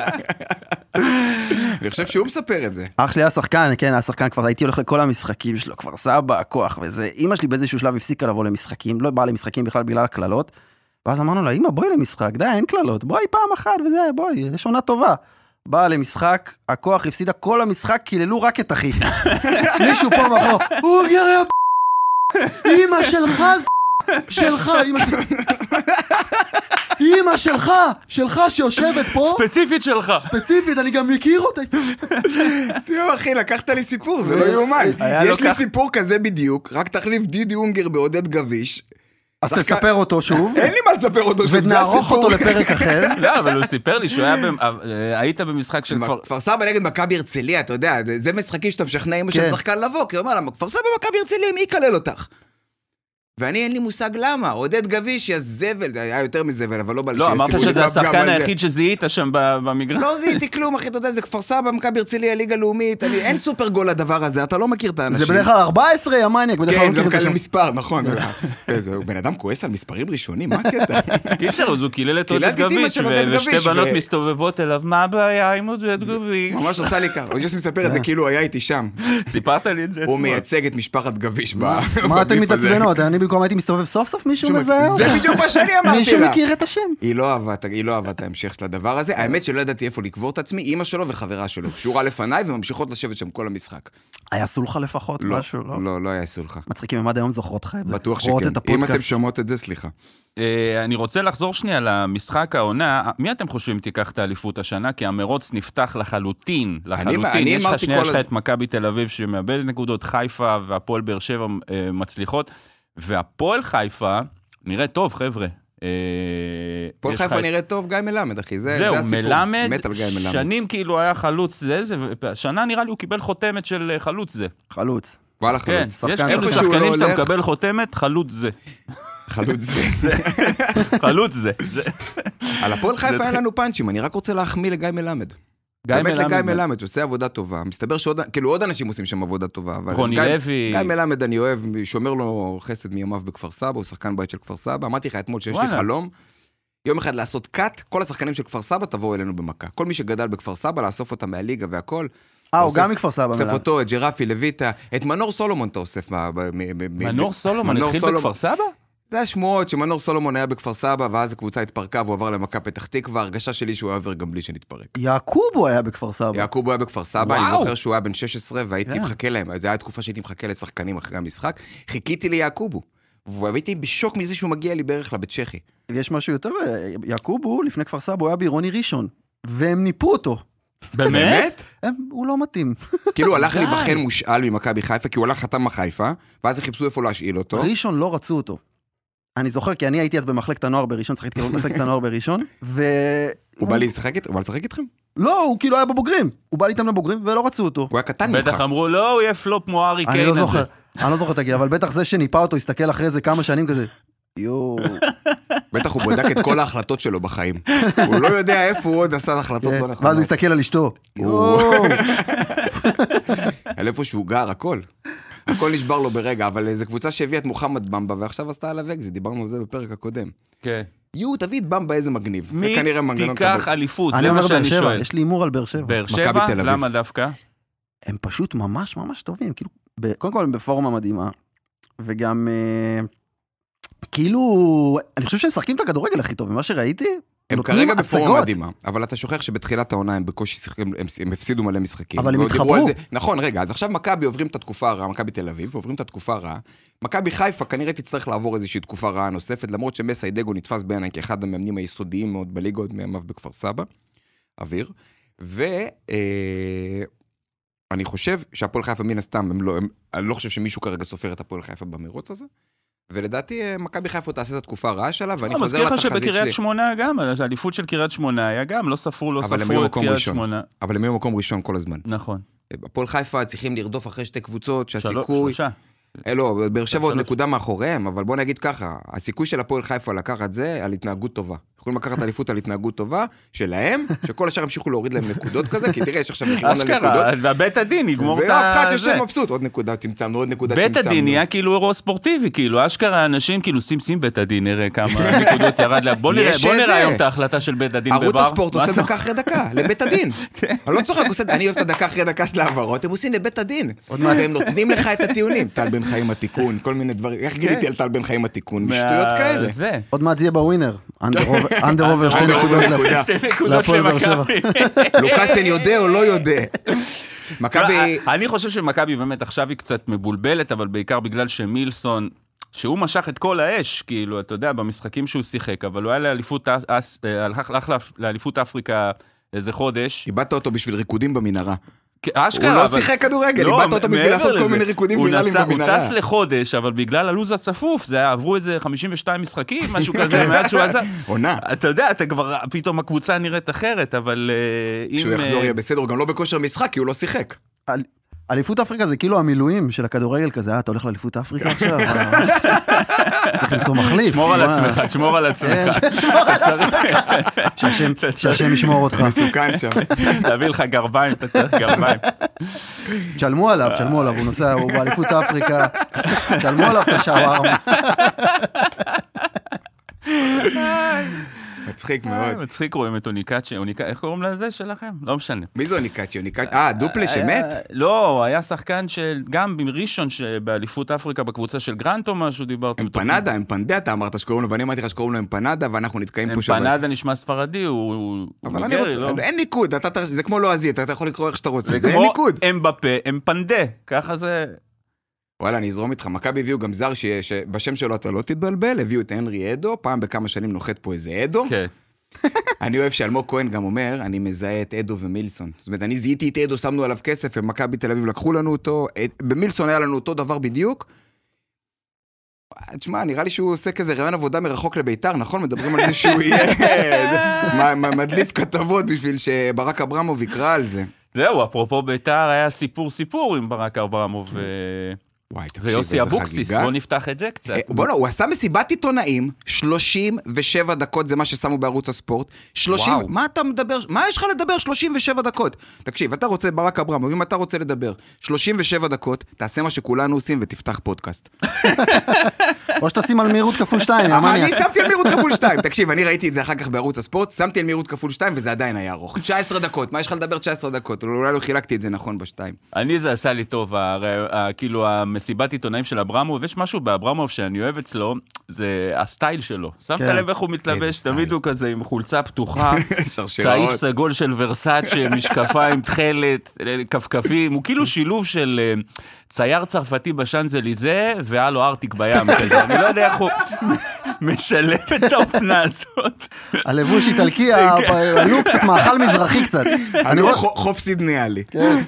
Speaker 1: אני חושב שהוא מספר את זה.
Speaker 2: אח שלי היה שחקן, כן, היה שחקן, כבר הייתי הולך לכל המשחקים שלו, כבר סבא, הכוח וזה. אמא שלי באיזשהו שלב הפסיקה לבוא למשחקים, לא באה למשחקים בכלל בגלל הכללות, ואז אמרנו לה, אמא, בואי למשחק, די, אין כללות, בואי פעם אחת וזה, בואי, יש עונה טובה. באה למשחק, הכוח הפסידה כל המשחק, קיללו רק את אחי. מישהו פה מאחור, הוא גרע אמא שלך, שלך, אמא שלך. אמא שלך, שלך שיושבת פה.
Speaker 3: ספציפית שלך.
Speaker 2: ספציפית, אני גם מכיר אותה.
Speaker 1: תראו, אחי, לקחת לי סיפור, זה לא יאומן. יש לי סיפור כזה בדיוק, רק תחליף דידי אונגר בעודד גביש.
Speaker 2: אז תספר אותו שוב.
Speaker 1: אין לי מה לספר אותו שוב, זה הסיפור.
Speaker 2: ונערוך אותו לפרק אחר.
Speaker 3: לא, אבל הוא סיפר לי שהוא היה, היית במשחק של כפר...
Speaker 1: כפר סבא נגד מכבי הרצליה, אתה יודע, זה משחקים שאתה משכנע אמא של שחקן לבוא, כי הוא אומר לה, כפר סבא מכבי הרצליה, מי יקלל אותך? ואני אין לי מושג למה, עודד גביש, יא זבל, היה יותר מזבל, אבל לא בא לי
Speaker 3: לא, אמרת שזה השחקן היחיד שזיהית שם במגרש.
Speaker 1: לא זיהיתי כלום, אחי, אתה יודע, זה כפר סבא, מכבי הרצליה, ליגה לאומית, אין סופר גול לדבר הזה, אתה לא מכיר את האנשים.
Speaker 2: זה בדרך כלל ארבע עשרה, יא מניאק, בדרך כלל לא מכיר את השם.
Speaker 1: מספר, נכון. בן אדם כועס על מספרים ראשונים, מה הקטע?
Speaker 3: קיצר, אז הוא קילל את עודד גביש, ושתי בנות מסתובבות אליו, מה הבעיה עם עודד גביש?
Speaker 1: ממש עושה לי כך, עוד יוסי מספר את זה כאילו היה איתי שם.
Speaker 3: סיפרת לי את זה.
Speaker 1: הוא מייצג את משפחת גביש.
Speaker 2: מה אתן מתעצבנות? אני במקום הייתי מסתובב סוף סוף מישהו מזהה.
Speaker 1: זה בדיוק מה שאני אמרתי לה.
Speaker 2: מישהו מכיר את השם.
Speaker 1: היא לא אהבה, היא לא אהבה את ההמשך של הדבר הזה. האמת שלא ידעתי איפה לקבור את עצמי, אמא שלו וחברה שלו. שורה לפניי וממשיכות לשבת שם כל המשחק.
Speaker 2: היה סולחה לפחות משהו, לא?
Speaker 1: לא, לא היה סולחה.
Speaker 2: מצחיקים, הם עד היום זוכרות לך את זה.
Speaker 1: בטוח שכן. אם אתם שומעות את זה, סליחה.
Speaker 3: אני רוצה לחזור שנייה למשחק העונה. מי אתם חושבים תיקח את האליפות השנה? כי המרוץ נפתח לחלוטין, לחלוטין. יש לך שנייה, יש לך את מכבי תל אביב שמאבדת נקודות, חיפה והפועל באר שבע מצליחות. והפועל חיפה נראה טוב, חבר'ה.
Speaker 1: הפועל חיפה נראה טוב, גיא מלמד, אחי.
Speaker 3: זהו, מלמד, שנים כאילו היה חלוץ זה, שנה נראה לי הוא קיבל חותמת של חלוץ זה.
Speaker 2: חלוץ.
Speaker 1: וואלה חלוץ.
Speaker 3: יש כאילו שחקנים שאתה מקבל חותמת, חלוץ זה.
Speaker 1: חלוץ זה.
Speaker 3: חלוץ זה.
Speaker 1: על הפועל חיפה אין לנו פאנצ'ים, אני רק רוצה להחמיא לגיא מלמד. באמת לגיא מלמד, שעושה עבודה טובה. מסתבר שעוד, כאילו עוד אנשים עושים שם עבודה טובה.
Speaker 3: רוני לוי.
Speaker 1: גיא מלמד אני אוהב, שומר לו חסד מימיו בכפר סבא, הוא שחקן בית של כפר סבא. אמרתי לך אתמול שיש לי חלום, יום אחד לעשות קאט, כל השחקנים של כפר סבא תבואו אלינו במכה. כל מי שגדל בכפר סבא, לאסוף אותם מהליגה והכל.
Speaker 2: אה, הוא גם מכפר סבא.
Speaker 1: אוסף אותו, את ג'רפי, לויטה, את מנור סולומון אתה אוסף.
Speaker 3: מנור סולומון התחיל בכפר סבא?
Speaker 1: זה השמועות שמנור סולומון היה בכפר סבא, ואז הקבוצה התפרקה והוא עבר למכה פתח תקווה, הרגשה שלי שהוא היה עובר גם בלי שנתפרק.
Speaker 2: יעקובו היה בכפר סבא.
Speaker 1: יעקובו היה בכפר סבא, אני זוכר שהוא היה בן שש עשרה, והייתי מחכה להם, זו הייתה תקופה שהייתי מחכה לשחקנים אחרי המשחק, חיכיתי ליעקובו, והייתי בשוק מזה שהוא מגיע לי בערך לבית צ'כי.
Speaker 2: יש משהו יותר, יעקובו לפני כפר סבא, הוא היה בעירוני ראשון, והם ניפו אותו.
Speaker 3: באמת?
Speaker 2: הוא לא מתאים.
Speaker 1: כאילו הלך להיבחן מושאל ממכבי חיפה, כי הוא הלך חתם מחיפה, ואז חיפשו איפה להשאיל אותו.
Speaker 2: ראשון לא רצו אותו. אני זוכר, כי אני הייתי אז במחלקת הנוער בראשון, שחקתי במחלקת הנוער בראשון, ו...
Speaker 1: הוא בא לשחק איתכם?
Speaker 2: לא, הוא כאילו היה בבוגרים. הוא בא איתם לבוגרים ולא רצו אותו.
Speaker 1: הוא היה קטן ממך.
Speaker 3: בטח אמרו, לא, הוא יהיה פלופ כמו הארי קיין הזה.
Speaker 2: אני לא זוכר, אני לא זוכר תגיד, אבל בטח זה שניפה אותו, הסתכל אחרי זה כמה שנים כזה. יואו.
Speaker 1: בטח הוא בדק את כל ההחלטות שלו בחיים. הוא לא יודע איפה הוא עוד עשה החלטות לא נכונות.
Speaker 2: ואז הוא הסתכל על אשתו. יואו.
Speaker 1: על איפה שהוא גר, הכל. הכל נשבר לו ברגע, אבל זו קבוצה שהביאה את מוחמד במבה, ועכשיו עשתה עליו אקזיט, דיברנו על זה בפרק הקודם.
Speaker 3: כן.
Speaker 1: יו, תביא את במבה איזה מגניב.
Speaker 3: מי תיקח אליפות? זה מה שאני שואל.
Speaker 2: יש לי אימור על באר שבע.
Speaker 3: באר שבע? למה דווקא?
Speaker 2: הם פשוט ממש ממש טובים. קודם כל הם בפורמה מדהימה, וגם כאילו, אני חושב שהם משחקים את הכדורגל הכי טוב, ממה שראיתי.
Speaker 1: הם כרגע בפורמה מדהימה, אבל אתה שוכח שבתחילת העונה הם בקושי שיחקים, הם הפסידו מלא משחקים.
Speaker 2: אבל הם התחברו.
Speaker 1: נכון, רגע, אז עכשיו מכבי עוברים את התקופה הרעה, מכבי תל אביב, עוברים את התקופה הרעה, מכבי חיפה כנראה תצטרך לעבור איזושהי תקופה רעה נוספת, למרות שמסיידגו נתפס בעיניי כאחד המאמנים היסודיים מאוד בליגות מימיו בכפר סבא, אוויר, ואני חושב שהפועל חיפה מן הסתם, אני לא חושב שמישהו כרגע סופר את הפועל חיפה במרוץ הזה, ולדעתי, מכבי חיפה תעשה את התקופה הרעה שלה, ואני חוזר לתחזית שלי.
Speaker 3: מזכיר לך שבקריית שמונה גם, האליפות של קריית שמונה היה גם, לא ספרו, לא ספרו את קריית שמונה.
Speaker 1: אבל הם היו מקום ראשון כל הזמן.
Speaker 3: נכון.
Speaker 1: הפועל חיפה צריכים לרדוף אחרי שתי קבוצות, שהסיכוי...
Speaker 3: שלושה.
Speaker 1: לא, באר שבע עוד נקודה מאחוריהם, אבל בוא נגיד ככה, הסיכוי של הפועל חיפה לקחת זה על התנהגות טובה. יכולים לקחת אליפות על התנהגות טובה שלהם, שכל השאר המשיכו להוריד להם נקודות כזה, כי תראה, יש עכשיו מחירון על נקודות.
Speaker 3: אשכרה, ובית הדין יגמור את זה.
Speaker 1: ואף כת יושב מבסוט, עוד נקודה צמצמנו, עוד נקודה צמצמנו.
Speaker 3: בית הדין נהיה כאילו אירוע ספורטיבי, כאילו, אשכרה אנשים כאילו שים שים בית הדין, נראה כמה נקודות ירד לה. בוא נראה היום את ההחלטה של בית הדין בבר.
Speaker 1: ערוץ הספורט עושה דקה אחרי דקה, לבית הדין. אני לא צוחק, אני אוהב את הדקה אחרי דקה של העברות, הם עושים לבית הדין. והם נותנים לך את הטיעונים. טל בן חיים התיקון, כל מיני דברים. איך גיליתי על טל בן חיים התיקון? משטויות כאלה.
Speaker 2: עוד מעט זה יהיה בווינר. אנדר אובר שתי נקודות להפועל שבע.
Speaker 1: לוקאסן יודע או לא יודע?
Speaker 3: אני חושב שמכבי באמת עכשיו היא קצת מבולבלת, אבל בעיקר בגלל שמילסון שהוא משך את כל האש, כאילו, אתה יודע, במשחקים שהוא שיחק, אבל הוא היה לאליפות, הלך לאליפות אפריקה איזה חודש.
Speaker 1: איבדת אותו בשביל ריקודים במנהרה.
Speaker 3: אשכרה,
Speaker 1: הוא לא שיחק כדורגל, איבדת אותו בשביל לעשות כל מיני ריקודים ויראליים במנהרה.
Speaker 3: הוא טס לחודש, אבל בגלל הלוז הצפוף, זה עברו איזה חמישים ושתיים משחקים, משהו כזה, מאז שהוא עזב.
Speaker 1: עונה.
Speaker 3: אתה יודע, אתה כבר, פתאום הקבוצה נראית אחרת, אבל אם...
Speaker 1: שהוא יחזור יהיה בסדר, גם לא בכושר משחק, כי הוא לא שיחק.
Speaker 2: אליפות אפריקה זה כאילו המילואים של הכדורגל כזה, אה, אתה הולך לאליפות אפריקה עכשיו? צריך למצוא מחליף.
Speaker 3: שמור על עצמך, שמור על עצמך.
Speaker 2: שהשם ישמור אותך.
Speaker 1: מסוכן שם.
Speaker 3: תביא לך גרביים, אתה צריך גרביים.
Speaker 2: תשלמו עליו, תשלמו עליו, הוא נוסע, הוא באליפות אפריקה, תשלמו עליו את השווארמה.
Speaker 1: מצחיק מאוד.
Speaker 3: מצחיק רואים את אוניקצ'י, איך קוראים לזה שלכם? לא משנה.
Speaker 1: מי זה אוניקצ'י? אה, דופלה שמת?
Speaker 3: לא, הוא היה שחקן גם בראשון שבאליפות אפריקה בקבוצה של גרנט או משהו דיברתם.
Speaker 1: אמפנדה, אמפנדה, אתה אמרת שקוראים לו, ואני אמרתי לך שקוראים לו אמפנדה, ואנחנו נתקעים פה שבת.
Speaker 3: אמפנדה נשמע ספרדי, הוא
Speaker 1: ניגרי, לא? אין ניקוד, זה כמו לועזי, אתה יכול לקרוא איך שאתה רוצה, זה אין ניקוד.
Speaker 3: זה כמו אמבפה, אמפנדה, ככה זה...
Speaker 1: וואלה, אני אזרום איתך, מכבי הביאו גם זר שבשם שלו אתה לא תתבלבל, הביאו את הנרי אדו, פעם בכמה שנים נוחת פה איזה אדו.
Speaker 3: כן.
Speaker 1: אני אוהב שאלמוג כהן גם אומר, אני מזהה את אדו ומילסון. זאת אומרת, אני זיהיתי את אדו, שמנו עליו כסף, ומכבי תל אביב לקחו לנו אותו, במילסון היה לנו אותו דבר בדיוק. תשמע, נראה לי שהוא עושה כזה רעיון עבודה מרחוק לביתר, נכון? מדברים על זה שהוא יהיה מדליף כתבות בשביל שברק אברמוב יקרא על זה.
Speaker 3: זהו, אפרופו ביתר, היה סיפור סיפור עם ברק אברמוב ויוסי אבוקסיס, בוא נפתח את זה קצת.
Speaker 1: בוא לא, הוא עשה מסיבת עיתונאים, שלושים ושבע דקות, זה מה ששמו בערוץ הספורט, שלושים, מה אתה מדבר, מה יש לך לדבר שלושים ושבע דקות? תקשיב, אתה רוצה, ברק אברמוב, אם אתה רוצה לדבר שלושים ושבע דקות, תעשה מה שכולנו עושים ותפתח פודקאסט.
Speaker 2: או שתשים על מהירות כפול שתיים,
Speaker 1: אני שמתי על מהירות כפול שתיים, תקשיב, אני ראיתי את זה אחר כך בערוץ הספורט, שמתי על מהירות כפול שתיים וזה עדיין היה ארוך. תשע עשרה דקות, מה יש לך לדבר תשע עשרה דקות? אולי לא חילקתי את זה נכון בשתיים.
Speaker 3: אני זה עשה לי טוב, כאילו המסיבת עיתונאים של אברמוב, ויש משהו באברמוב שאני אוהב אצלו, זה הסטייל שלו. שמת לב איך הוא מתלבש, תמיד הוא כזה עם חולצה פתוחה, צעיף סגול של ורסאצ'ה, משקפיים, תכלת, כפכפים, הוא כאילו שילוב של צייר צרפתי בשאנזליזה, והיה לו ארטיק בים כזה. אני לא יודע איך הוא משלב את האופנה הזאת.
Speaker 2: הלבוש איטלקי, הלוק קצת מאכל מזרחי קצת.
Speaker 1: אני רואה חוף סידניאלי.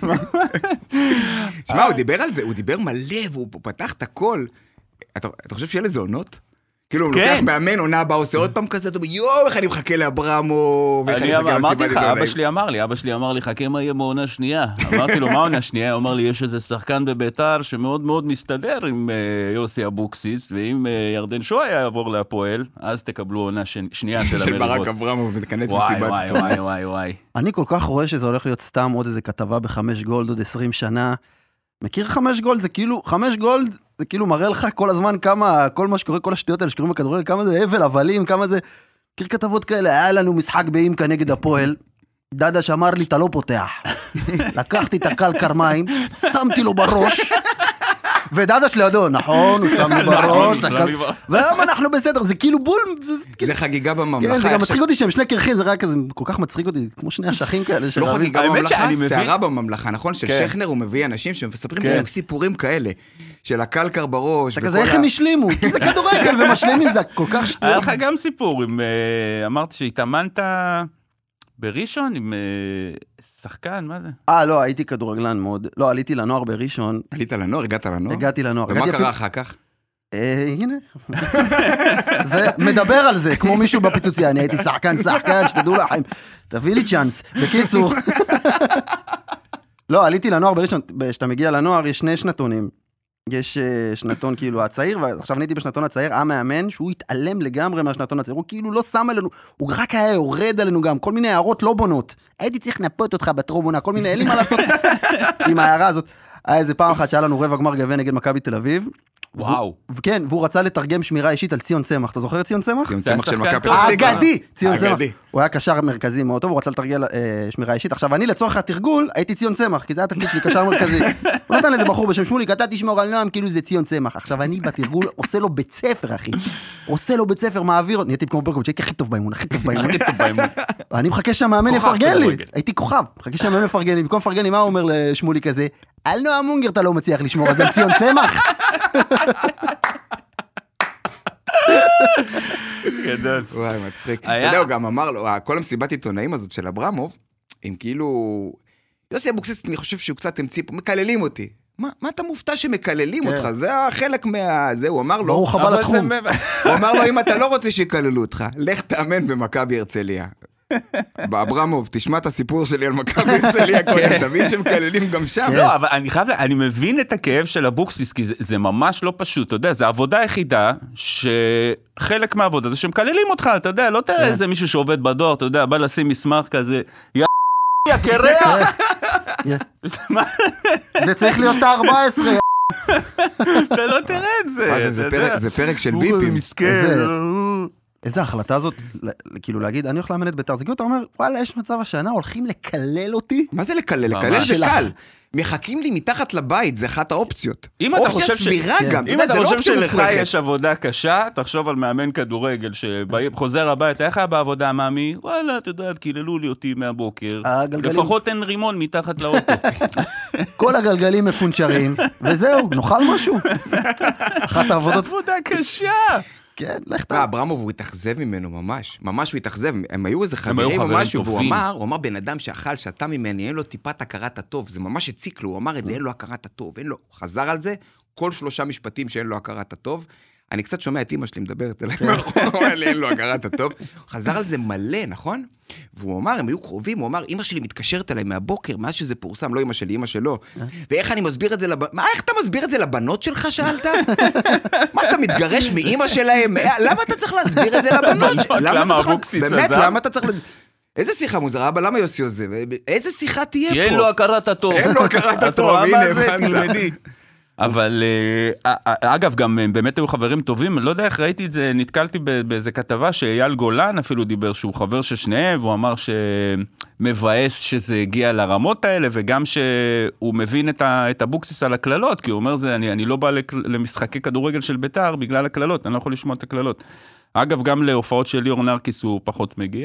Speaker 1: תשמע, הוא דיבר על זה, הוא דיבר מלא, והוא פתח את הכל. אתה חושב שיהיה לזה עונות? כאילו, הוא לוקח מאמן, עונה הבאה, עושה עוד פעם כזה, אתה אומר, יואו, איך אני מחכה לאברמוב,
Speaker 3: אני אמרתי לך, אבא שלי אמר לי, אבא שלי אמר לי, חכה מה יהיה בעונה שנייה. אמרתי לו, מה עונה שנייה? הוא אמר לי, יש איזה שחקן בביתר שמאוד מאוד מסתדר עם יוסי אבוקסיס, ואם ירדן שואה יעבור להפועל, אז תקבלו עונה שנייה של המריבות.
Speaker 1: של ברק אברמוב, ותכנס מסיבת.
Speaker 3: וואי, וואי, וואי, וואי.
Speaker 2: אני כל כך רואה שזה הולך להיות סתם עוד איזה כתבה בחמש גולד עוד עשרים שנה. מכיר חמש גולד? זה כאילו, חמש גולד, זה כאילו מראה לך כל הזמן כמה, כל מה שקורה, כל השטויות האלה שקוראים בכדורגל, כמה זה הבל, הבלים, כמה זה, מכיר כתבות כאלה, היה לנו משחק באימקה נגד הפועל, דדש אמר לי, אתה לא פותח. לקחתי את הקל קרמיים, שמתי לו בראש, ודדש לידו, נכון, הוא שם לי בראש, והיום אנחנו בסדר, זה כאילו בול,
Speaker 1: זה חגיגה בממלכה.
Speaker 2: כן, זה גם מצחיק אותי שהם שני קרחים, זה רק כזה, כל כך מצחיק אותי, כמו שני השכים כאלה.
Speaker 1: לא חגיגה בממלכה, שערה בממלכה, נכון? של שכנר הוא מביא אנשים שמספרים בדיוק סיפורים כאלה, של הקלקר בראש.
Speaker 2: אתה כזה, איך הם השלימו? כי זה כדורגל ומשלימים, זה כל כך שטויות.
Speaker 3: היה לך גם סיפור, אמרת שהתאמנת בראשון עם שחקן, מה זה?
Speaker 2: אה, לא, הייתי כדורגלן מאוד. לא, עליתי לנוער בראשון.
Speaker 1: עלית לנוער? הגעת לנוער?
Speaker 2: הגעתי לנוער.
Speaker 1: ומה קרה אחר כך?
Speaker 2: הנה. זה מדבר על זה, כמו מישהו בפיצוציה. אני הייתי שחקן, שחקן, שתדעו לכם. תביא לי צ'אנס. בקיצור. לא, עליתי לנוער בראשון. כשאתה מגיע לנוער, יש שני שנתונים. יש שנתון כאילו הצעיר, ועכשיו אני הייתי בשנתון הצעיר, המאמן, שהוא התעלם לגמרי מהשנתון הצעיר, הוא כאילו לא שם עלינו, הוא רק היה יורד עלינו גם, כל מיני הערות לא בונות, הייתי צריך לנפות אותך בטרום עונה, כל מיני, אין לי מה לעשות עם ההערה הזאת. היה איזה פעם אחת שהיה לנו רבע גמר גביע נגד מכבי תל אביב,
Speaker 3: וואו.
Speaker 2: כן, והוא רצה לתרגם שמירה אישית על ציון צמח. אתה זוכר את ציון צמח?
Speaker 1: ציון צמח של מכבי פתח תקווה.
Speaker 2: אגדי! ציון צמח. הוא היה קשר מרכזי מאוד טוב, הוא רצה לתרגל שמירה אישית. עכשיו, אני לצורך התרגול, הייתי ציון צמח, כי זה היה התפקיד שלי, קשר מרכזי. הוא נתן לזה בחור בשם שמוליק, אתה תשמור על נועם, כאילו זה ציון צמח. עכשיו, אני בתרגול עושה לו בית ספר, אחי. עושה לו בית ספר, מעביר, נהייתי כמו ברקוביץ', הייתי הכי טוב באימון, הכי טוב באימון. אני מחכה שהמאמן יפרגן לי. הייתי כוכב. מחכה שהמאמן יפרגן לי. במקום לפרגן לי, מה הוא אומר לשמוליק כזה? על נועם מונגר אתה לא מצליח לשמור, אז על ציון צמח.
Speaker 3: גדול.
Speaker 1: וואי, מצחיק. אתה יודע, הוא גם אמר לו, כל המסיבת עיתונאים הזאת של אברמוב, הם כאילו... יוסי אבוקסיס, אני חושב שהוא קצת המציא פה, מקללים אותי. מה, מה אתה מופתע שמקללים אותך? זה החלק מה... זה, הוא אמר לו...
Speaker 2: ברוך הבא לתחום.
Speaker 1: הוא אמר לו, אם אתה לא רוצה שיקללו אותך, לך תאמן במכבי הרצליה. באברמוב, תשמע את הסיפור שלי על מכבי הרצליה, קודם, תבין שמקללים גם שם.
Speaker 3: לא, אבל אני חייב, אני מבין את הכאב של אבוקסיס, כי זה ממש לא פשוט, אתה יודע, זה עבודה היחידה, שחלק מהעבודה זה שמקללים אותך, אתה יודע, לא תראה איזה מישהו שעובד בדואר, אתה יודע, בא לשים מסמך כזה, יא יא קרח!
Speaker 2: זה צריך להיות את ה-ארבע עשרה.
Speaker 3: אתה לא תראה את זה.
Speaker 1: זה פרק של ביפים.
Speaker 2: איזה החלטה הזאת, כאילו להגיד, אני הולך לאמן את בית"ר, זה כאילו אתה אומר, וואלה, יש מצב השנה, הולכים לקלל אותי?
Speaker 1: מה זה לקלל? לקלל זה קל. מחכים לי מתחת לבית, זה אחת האופציות. אופציה סבירה גם.
Speaker 3: אם אתה חושב שלך יש עבודה קשה, תחשוב על מאמן כדורגל, שחוזר הבית, איך היה בעבודה, מאמי? וואלה, אתה יודע, קיללו לי אותי מהבוקר. לפחות אין רימון מתחת לאוטו.
Speaker 2: כל הגלגלים מפונצ'רים, וזהו, נאכל משהו. אחת העבודות...
Speaker 3: עבודה קשה.
Speaker 2: כן, לך תראה.
Speaker 1: אברמוב הוא התאכזב ממנו ממש, ממש הוא התאכזב, הם היו איזה חברים או משהו, והוא אמר, הוא אמר, בן אדם שאכל, שתה ממני, אין לו טיפת הכרת הטוב, זה ממש הציק לו, הוא אמר את זה, אין לו הכרת הטוב, אין לו, חזר על זה, כל שלושה משפטים שאין לו הכרת הטוב, אני קצת שומע את אמא שלי מדברת אליי, אין לו הכרת הטוב, הוא חזר על זה מלא, נכון? והוא אמר, הם היו קרובים, הוא אמר, אמא שלי מתקשרת אליי מהבוקר, מאז שזה פורסם, לא אמא שלי, אמא שלו. ואיך אני מסביר את זה לבנות? מה, איך אתה מסביר את זה לבנות שלך, שאלת? מה, אתה מתגרש מאמא שלהם? למה אתה צריך להסביר את זה לבנות?
Speaker 3: למה אבוקסיס עזב?
Speaker 1: באמת, למה אתה צריך... איזה שיחה מוזרה, אבל למה יוסי עוזב? איזה שיחה תהיה פה?
Speaker 3: כי אין לו הכרת הטוב.
Speaker 1: אין לו הכרת הטוב, הנה, הבנת.
Speaker 3: אבל אגב, גם באמת היו חברים טובים, לא יודע איך ראיתי את זה, נתקלתי באיזה כתבה שאייל גולן אפילו דיבר, שהוא חבר של שניהם, והוא אמר שמבאס שזה הגיע לרמות האלה, וגם שהוא מבין את אבוקסיס על הכללות, כי הוא אומר, אני לא בא למשחקי כדורגל של בית"ר בגלל הכללות, אני לא יכול לשמוע את הכללות. אגב, גם להופעות של ליאור נרקיס הוא פחות מגיע.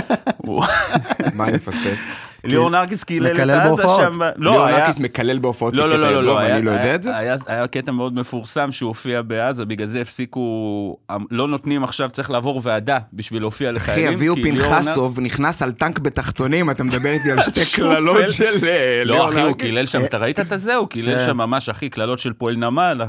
Speaker 1: מה אני פספס?
Speaker 3: ליאור נרקיס קילל את עזה שם.
Speaker 1: ליאור נרקיס מקלל בהופעות כקטע ידוע, ואני לא יודע את זה?
Speaker 3: היה קטע מאוד מפורסם שהוא הופיע בעזה, בגלל זה הפסיקו, לא נותנים עכשיו, צריך לעבור ועדה בשביל להופיע לחיילים.
Speaker 1: אחי, אביהו פנחסוב נכנס על טנק בתחתונים, אתה מדבר איתי על שתי קללות של ליאור נרקיס.
Speaker 3: לא, אחי, הוא קילל שם, אתה ראית את זה? הוא קילל שם ממש, אחי, קללות של פועל נמל,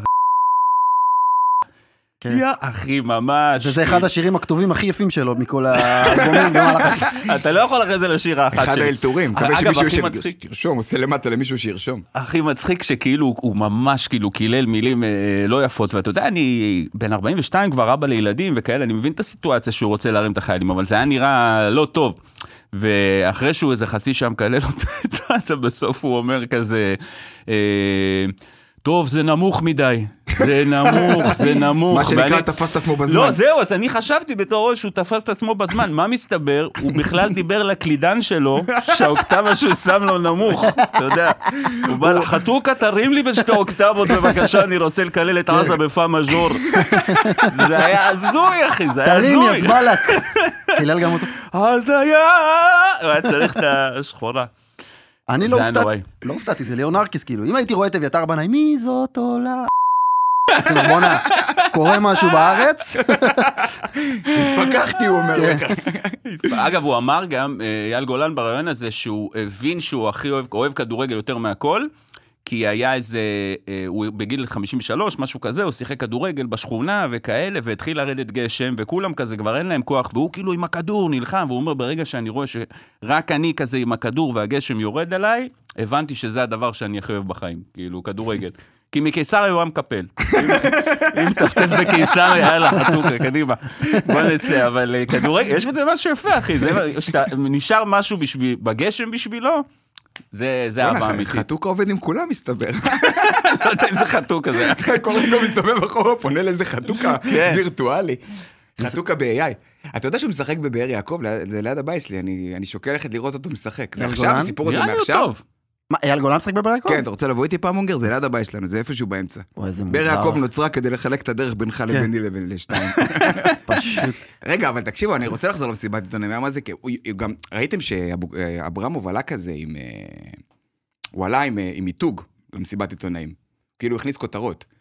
Speaker 3: יא, אחי, ממש.
Speaker 2: וזה אחד השירים הכתובים הכי יפים שלו, מכל האלבומים.
Speaker 3: אתה לא יכול אחרי זה לשיר האחת
Speaker 1: אחד האלתורים.
Speaker 3: אגב, הכי מצחיק.
Speaker 1: תרשום, עושה למטה למישהו שירשום.
Speaker 3: הכי מצחיק שכאילו, הוא ממש כאילו קילל מילים לא יפות, ואתה יודע, אני בן ארבעים ושתיים כבר אבא לילדים וכאלה, אני מבין את הסיטואציה שהוא רוצה להרים את החיילים, אבל זה היה נראה לא טוב. ואחרי שהוא איזה חצי שם קלל אותו, אז בסוף הוא אומר כזה... טוב, זה נמוך מדי, זה נמוך, זה נמוך.
Speaker 1: מה שנקרא, תפס את עצמו בזמן.
Speaker 3: לא, זהו, אז אני חשבתי בתור שהוא תפס את עצמו בזמן. מה מסתבר? הוא בכלל דיבר לקלידן שלו, שהאוקטבה שהוא שם לו נמוך. אתה יודע, הוא בא לחתוקה, תרים לי בשתי אוקטבות, בבקשה, אני רוצה לקלל את עזה בפא מז'ור. זה היה הזוי, אחי, זה היה הזוי.
Speaker 2: תרים, יסבלק. קילל גם אותו.
Speaker 3: אז היה... הוא היה צריך את השחורה.
Speaker 2: אני לא הופתעתי, זה ליאור נרקיס, כאילו, אם הייתי רואה את אביתר בנאי, מי זאת עולה? כאילו, בונה, קורה משהו בארץ?
Speaker 1: התפקחתי, הוא אומר.
Speaker 3: אגב, הוא אמר גם, אייל גולן ברעיון הזה, שהוא הבין שהוא הכי אוהב כדורגל יותר מהכל, כי היה איזה, הוא בגיל חמישים ושלוש, משהו כזה, הוא שיחק כדורגל בשכונה וכאלה, והתחיל לרדת גשם, וכולם כזה כבר אין להם כוח, והוא כאילו עם הכדור נלחם, והוא אומר, ברגע שאני רואה שרק אני כזה עם הכדור והגשם יורד עליי, הבנתי שזה הדבר שאני הכי אוהב בחיים, כאילו, כדורגל. כי מקיסריה הוא היה מקפל. אם תפתף בקיסריה, יאללה, חתוכה, קדימה. בוא נצא, אבל כדורגל, יש בזה משהו יפה, אחי, נשאר משהו בגשם בשבילו, זה אהבה אמיתית.
Speaker 1: חתוקה עובד עם כולם, מסתבר.
Speaker 3: לא יודע אם זה חתוקה, זה...
Speaker 1: כל רגע מסתובב אחורה, פונה לאיזה חתוקה וירטואלי. חתוקה ב-איי איי. אתה יודע שהוא משחק בבאר יעקב, זה ליד הבית שלי, אני שוקל ללכת לראות אותו משחק. זה עכשיו, הסיפור הזה מעכשיו.
Speaker 2: מה, אייל גולן משחק בבאר יעקב?
Speaker 1: כן, אתה רוצה לבוא איתי פעם מונגר? זה ליד הבית שלנו, זה איפשהו באמצע. באר יעקב נוצרה כדי לחלק את הדרך בינך לביני לבין לשתיים.
Speaker 2: פשוט.
Speaker 1: רגע, אבל תקשיבו, אני רוצה לחזור למסיבת עיתונאים, מה זה? גם ראיתם שאברמוב עלה כזה עם... הוא עלה עם מיתוג למסיבת עיתונאים. כאילו הוא הכניס כותרות.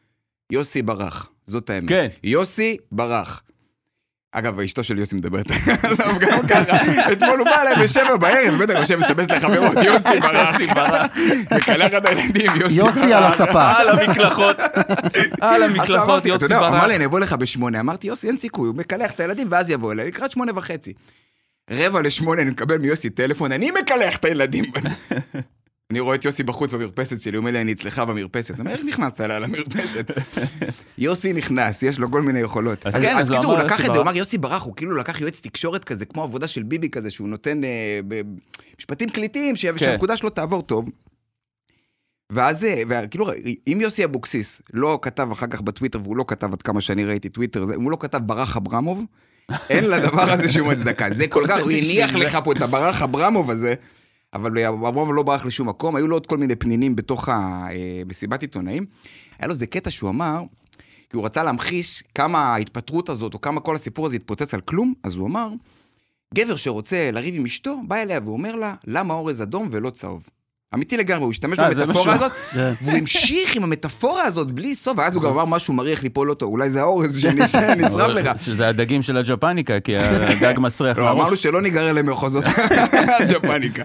Speaker 1: יוסי ברח, זאת האמת.
Speaker 3: כן.
Speaker 1: יוסי ברח. אגב, אשתו של יוסי מדברת עליו גם ככה. אתמול הוא בא אליי בשבע בערב, ובטח יושב מסבס לחברות, יוסי ברח. מקלח את הילדים, יוסי ברח.
Speaker 2: יוסי על הספה.
Speaker 3: על המקלחות. על המקלחות, יוסי ברח.
Speaker 1: אמר לי, אני אבוא לך בשמונה. אמרתי, יוסי, אין סיכוי, הוא מקלח את הילדים, ואז יבוא אליי, לקראת שמונה וחצי. רבע לשמונה, אני מקבל מיוסי טלפון, אני מקלח את הילדים. אני רואה את יוסי בחוץ במרפסת שלי, הוא אומר לי, אני אצלך במרפסת. אני אומר, איך נכנסת אליי למרפסת? יוסי נכנס, יש לו כל מיני יכולות.
Speaker 3: אז כן,
Speaker 1: אז קיצור, הוא לקח את זה, הוא אמר, יוסי ברח, הוא כאילו לקח יועץ תקשורת כזה, כמו עבודה של ביבי כזה, שהוא נותן משפטים קליטיים, שהנקודה שלו תעבור טוב. ואז, כאילו, אם יוסי אבוקסיס לא כתב אחר כך בטוויטר, והוא לא כתב עד כמה שאני ראיתי טוויטר, הוא לא כתב ברח אברמוב, אין לדבר הזה שום הצדקה. זה כל כך, הוא הניח לך פה את הברח אברמוב הזה, אבל אברמוב לא ברח לשום מקום, היו לו עוד כל מיני פנינים בתוך המסיבת עיתונאים. היה לו זה קטע שהוא אמר, כי הוא רצה להמחיש כמה ההתפטרות הזאת, או כמה כל הסיפור הזה התפוצץ על כלום, אז הוא אמר, גבר שרוצה לריב עם אשתו, בא אליה והוא אומר לה, למה אורז אדום ולא צהוב? אמיתי לגמרי, הוא השתמש במטאפורה הזאת, והוא המשיך עם המטאפורה הזאת בלי סוף, ואז הוא גם אמר משהו מריח לי פה לא טוב, אולי זה האורז שנשרף לך.
Speaker 3: שזה הדגים של הג'פניקה, כי הדג מסריח.
Speaker 1: לא, אמרנו שלא ניגר אליהם מחוזות הג'פניקה.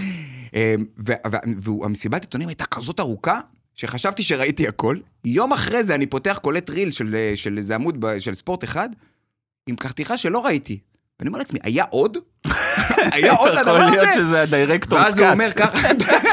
Speaker 1: והמסיבת עיתונים הייתה כזאת ארוכה, שחשבתי שראיתי הכל. יום אחרי זה אני פותח קולט ריל של איזה עמוד של ספורט אחד, עם כרטיחה שלא ראיתי. ואני אומר לעצמי, היה עוד? היה עוד לדבר הזה?
Speaker 3: יכול להיות שזה הדירקטור סקאט.
Speaker 1: ואז הוא אומר ככה.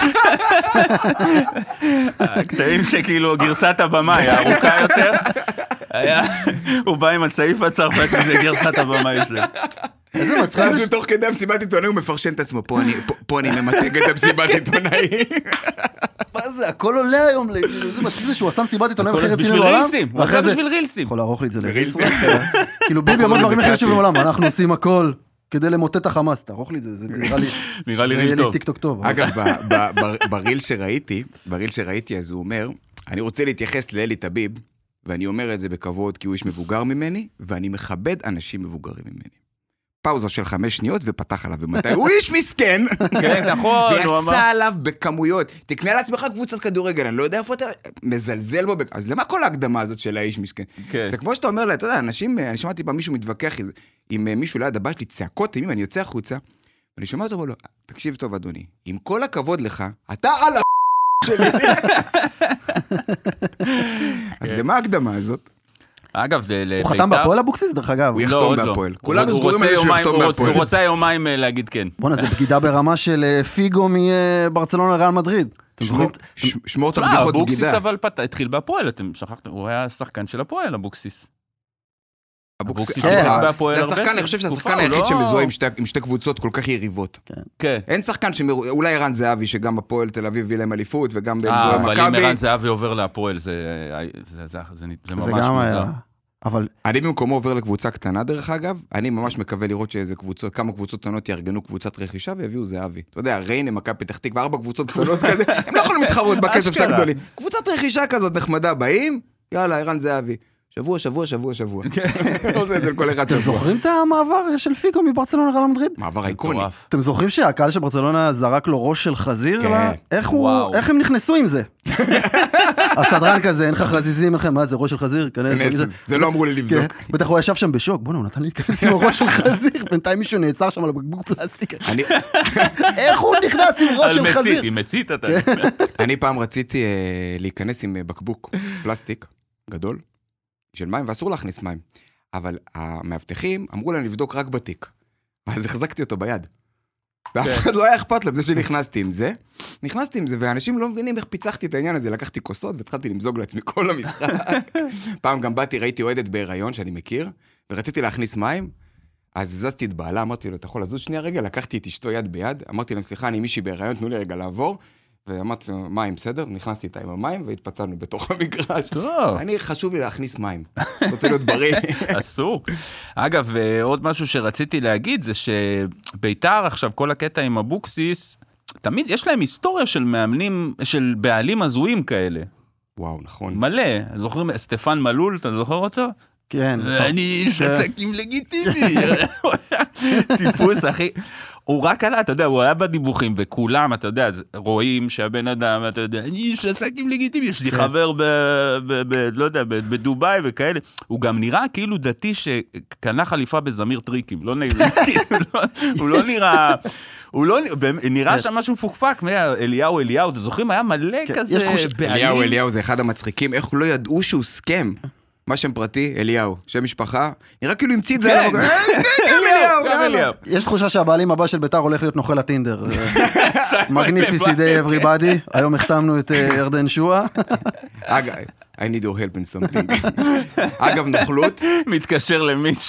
Speaker 3: הקטעים שכאילו גרסת הבמה היא ארוכה יותר. הוא בא עם הצעיף הצרפתי, זה גרסת הבמה יש להם.
Speaker 2: איזה מצחיק.
Speaker 1: אז הוא תוך כדי המסיבת עיתונאי, הוא מפרשן את עצמו. פה אני ממתג את המסיבת עיתונאי.
Speaker 2: מה זה? הכל עולה היום. זה מצחיק זה שהוא עשה מסיבת עיתונאי הכי רציני
Speaker 3: בשביל
Speaker 2: לעולם.
Speaker 3: רילסים. הוא עשה בשביל רילסים.
Speaker 2: יכול לערוך לי את זה לרילסים. כאילו ביבי אמר דברים הכי חשובים בעולם. אנחנו עושים הכל כדי למוטט את החמאס. תערוך לי את זה. זה נראה לי...
Speaker 3: נראה לי ריל טוב.
Speaker 2: טיק טוק טוב.
Speaker 1: אגב, בריל שראיתי, בריל שראיתי, אז הוא אומר, אני רוצה להתייחס לאלי טביב, ואני אומר את זה בכבוד, כי הוא איש מבוגר ממני, ואני מכבד אנשים מבוגרים ממני. פאוזה של חמש שניות ופתח עליו ומתי, הוא איש מסכן.
Speaker 3: כן, נכון.
Speaker 1: ויצא עליו בכמויות. תקנה לעצמך קבוצת כדורגל, אני לא יודע איפה אתה מזלזל בו. אז למה כל ההקדמה הזאת של האיש מסכן? זה כמו שאתה אומר לה, אתה יודע, אנשים, אני שמעתי פעם מישהו מתווכח עם מישהו ליד הבא שלי, צעקות, אם אני יוצא החוצה, ואני שומע אותו, לא, תקשיב טוב אדוני, עם כל הכבוד לך, אתה על ה... שלי. אז למה ההקדמה הזאת?
Speaker 3: אגב,
Speaker 2: הוא חתם בפועל אבוקסיס, דרך אגב.
Speaker 1: הוא יחתום בפועל. כולם סגורים על זה שהוא יחתום בפועל.
Speaker 3: הוא רוצה יומיים להגיד כן.
Speaker 2: בוא'נה, זה בגידה ברמה של פיגו מברצלונה לריאל מדריד.
Speaker 1: שמור את הבדיחות בגידה.
Speaker 3: אבוקסיס אבל התחיל בפועל, אתם שכחתם, הוא היה שחקן של הפועל, אבוקסיס.
Speaker 1: אבוקסיס היה בהפועל הרבה. זה השחקן, אני חושב שזה השחקן היחיד שמזוהה עם שתי קבוצות כל כך יריבות.
Speaker 3: כן.
Speaker 1: אין שחקן שאולי ערן זהבי, שגם בפועל תל אביב הביא להם אליפות, וגם במזוהה מכבי.
Speaker 3: אבל אם ערן זהבי עובר להפועל, זה ממש מוזר.
Speaker 2: אבל...
Speaker 1: אני במקומו עובר לקבוצה קטנה דרך אגב, אני ממש מקווה לראות שאיזה קבוצות, כמה קבוצות קטנות יארגנו קבוצת רכישה ויביאו זהבי. אתה יודע, ריינה, מכבי פתח תקווה, ארבע קבוצות קטנות כזה, הם לא יכולים להתחרות בכסף של הגדולים. קבוצת רכישה כזאת נחמדה, באים, יאללה, ערן זהבי. שבוע, שבוע, שבוע, שבוע. עושה את זה לכל אחד שבוע.
Speaker 2: אתם זוכרים את המעבר של פיגו מברצלונה לריאל מדריד?
Speaker 1: מעבר איקוני.
Speaker 2: אתם זוכרים שהקהל של ברצלונה זרק לו ראש של חזיר? איך הם נכנסו עם זה? הסדרן כזה, אין לך חזיזים, אין לך, מה זה, ראש של חזיר?
Speaker 1: זה לא אמרו לי לבדוק.
Speaker 2: בטח הוא ישב שם בשוק, בוא'נה, הוא נתן לי להיכנס עם הראש של חזיר, בינתיים מישהו נעצר שם על הבקבוק פלסטיק. איך הוא נכנס עם ראש של חזיר?
Speaker 3: היא מצית אתה.
Speaker 1: אני פעם רציתי להיכנס עם בקבוק פלסטיק גדול, של מים, ואסור להכניס מים. אבל המאבטחים אמרו להם לבדוק רק בתיק. אז החזקתי אותו ביד. ואף אחד לא היה אכפת לו, בזה שנכנסתי עם זה. נכנסתי עם זה, ואנשים לא מבינים איך פיצחתי את העניין הזה. לקחתי כוסות והתחלתי למזוג לעצמי כל המשחק. פעם גם באתי, ראיתי אוהדת בהיריון שאני מכיר, ורציתי להכניס מים, אז זזתי את בעלה, אמרתי לו, אתה יכול לזוז שנייה רגע? לקחתי את אשתו יד ביד, אמרתי להם, סליחה, אני מישהי בהיריון, תנו לי רגע לעבור. ואמרתי, מים, בסדר? נכנסתי איתה עם המים, והתפצלנו בתוך המגרש.
Speaker 3: טוב.
Speaker 1: אני, חשוב לי להכניס מים. רוצה להיות בריא.
Speaker 3: אסור. אגב, עוד משהו שרציתי להגיד, זה שביתר עכשיו, כל הקטע עם אבוקסיס, תמיד יש להם היסטוריה של מאמנים, של בעלים הזויים כאלה.
Speaker 1: וואו, נכון.
Speaker 3: מלא. זוכרים, סטפן מלול, אתה זוכר אותו?
Speaker 2: כן.
Speaker 3: אני איש עסקים לגיטימי. טיפוס, אחי. הוא רק עלה, אתה יודע, הוא היה בדיווחים, וכולם, אתה יודע, רואים שהבן אדם, אתה יודע, אני איש עסקים לגיטימי, יש לי חבר ב, ב, ב, לא יודע, בדוביי וכאלה, הוא גם נראה כאילו דתי שקנה חליפה בזמיר טריקים, לא נראה, הוא לא נראה... הוא לא, נראה שם משהו מפוקפק, אליהו, אליהו, אתה זוכרים, היה מלא כזה בעלים.
Speaker 1: אליהו, אליהו, זה אחד המצחיקים, איך לא ידעו שהוא סכם. מה שם פרטי? אליהו. שם משפחה? נראה כאילו המציא את זה.
Speaker 3: כן, גם אליהו.
Speaker 2: יש תחושה שהבעלים הבא של ביתר הולך להיות נוכל הטינדר. מגניפיסידי everybody. היום החתמנו את ירדן שואה.
Speaker 1: אגב, I need your help in something. אגב, נוכלות.
Speaker 3: מתקשר למיש.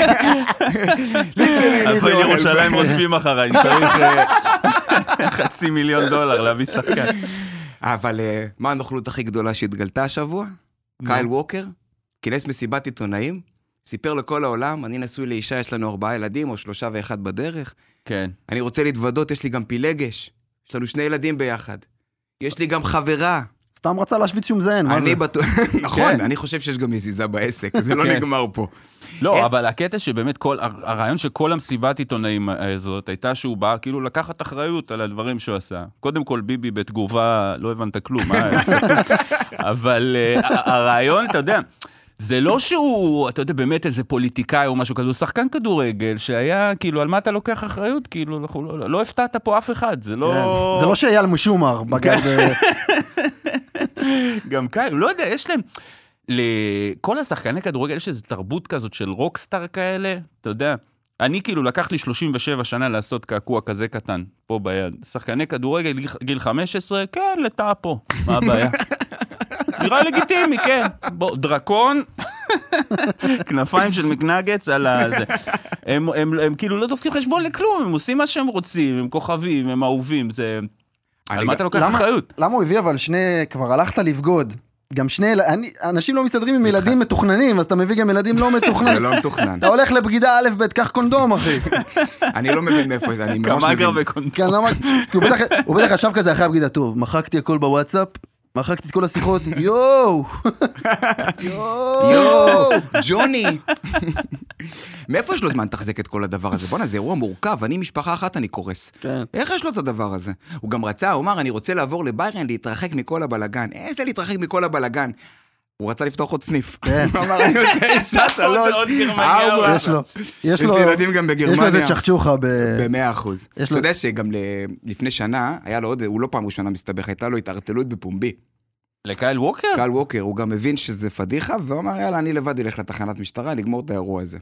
Speaker 3: אבל ירושלים רודפים אחריי, צריך חצי מיליון דולר להביא שחקן.
Speaker 1: אבל מה הנוכלות הכי גדולה שהתגלתה השבוע? קייל ווקר, כינס מסיבת עיתונאים, סיפר לכל העולם, אני נשוי לאישה, יש לנו ארבעה ילדים, או שלושה ואחד בדרך.
Speaker 3: כן.
Speaker 1: אני רוצה להתוודות, יש לי גם פילגש. יש לנו שני ילדים ביחד. יש לי גם חברה.
Speaker 2: סתם רצה להשוויץ שום זהן, מה זה?
Speaker 1: נכון, אני חושב שיש גם מזיזה בעסק, זה לא נגמר פה.
Speaker 3: לא, אבל הקטע שבאמת כל, הרעיון שכל המסיבת עיתונאים הזאת, הייתה שהוא בא כאילו לקחת אחריות על הדברים שהוא עשה. קודם כל ביבי בתגובה, לא הבנת כלום, מה? אבל הרעיון, אתה יודע, זה לא שהוא, אתה יודע, באמת איזה פוליטיקאי או משהו כזה, הוא שחקן כדורגל שהיה, כאילו, על מה אתה לוקח אחריות? כאילו, לא, לא הפתעת פה אף אחד, זה לא...
Speaker 2: זה לא שאייל משומר, בגד...
Speaker 3: גם כאלה, לא יודע, יש להם... לכל השחקני כדורגל יש איזו תרבות כזאת של רוקסטאר כאלה, אתה יודע, אני כאילו לקח לי שלושים ושבע שנה לעשות קעקוע כזה קטן, פה ביד. שחקני כדורגל, גיל חמש עשרה, כן, לטעה פה, מה הבעיה? נראה לגיטימי, כן. בוא, דרקון, כנפיים של מקנגץ על הזה. הם, הם, הם כאילו לא דופקים חשבון לכלום, הם עושים מה שהם רוצים, הם כוכבים, הם אהובים, זה... על מה אתה לוקח אחריות?
Speaker 2: למה הוא הביא אבל שני, כבר הלכת לבגוד, גם שני, אנשים לא מסתדרים עם ילדים מתוכננים, אז אתה מביא גם ילדים לא מתוכננים. זה
Speaker 1: לא מתוכנן.
Speaker 2: אתה הולך לבגידה א' ב', קח קונדום, אחי.
Speaker 1: אני לא מבין מאיפה זה, אני ממש
Speaker 3: מבין. כמה וקונדום.
Speaker 2: הוא בטח חשב כזה אחרי הבגידה, טוב, מחקתי הכל בוואטסאפ, מחקתי את כל השיחות, יואו!
Speaker 1: יואו! ג'וני! מאיפה יש לו זמן תחזק את כל הדבר הזה? בוא'נה, זה אירוע מורכב, אני משפחה אחת, אני קורס. איך יש לו את הדבר הזה? הוא גם רצה, הוא אמר, אני רוצה לעבור לביירן, להתרחק מכל הבלגן. איזה להתרחק מכל הבלגן? הוא רצה לפתוח עוד סניף. הוא אמר, אני רוצה אישה שלוש.
Speaker 2: יש לו.
Speaker 1: יש לי ילדים גם בגרמניה.
Speaker 2: יש לו איזה צ'חצ'וחה ב...
Speaker 1: במאה אחוז. אתה יודע שגם לפני שנה, היה לו עוד, הוא לא פעם ראשונה מסתבך, הייתה לו התערטלות בפומבי.
Speaker 3: לקייל ווקר?
Speaker 1: קייל ווקר, הוא גם מבין שזה פדיחה, והוא אמר, יאללה, אני לבד אלך לתחנת משטרה, לגמור את האירוע הזה.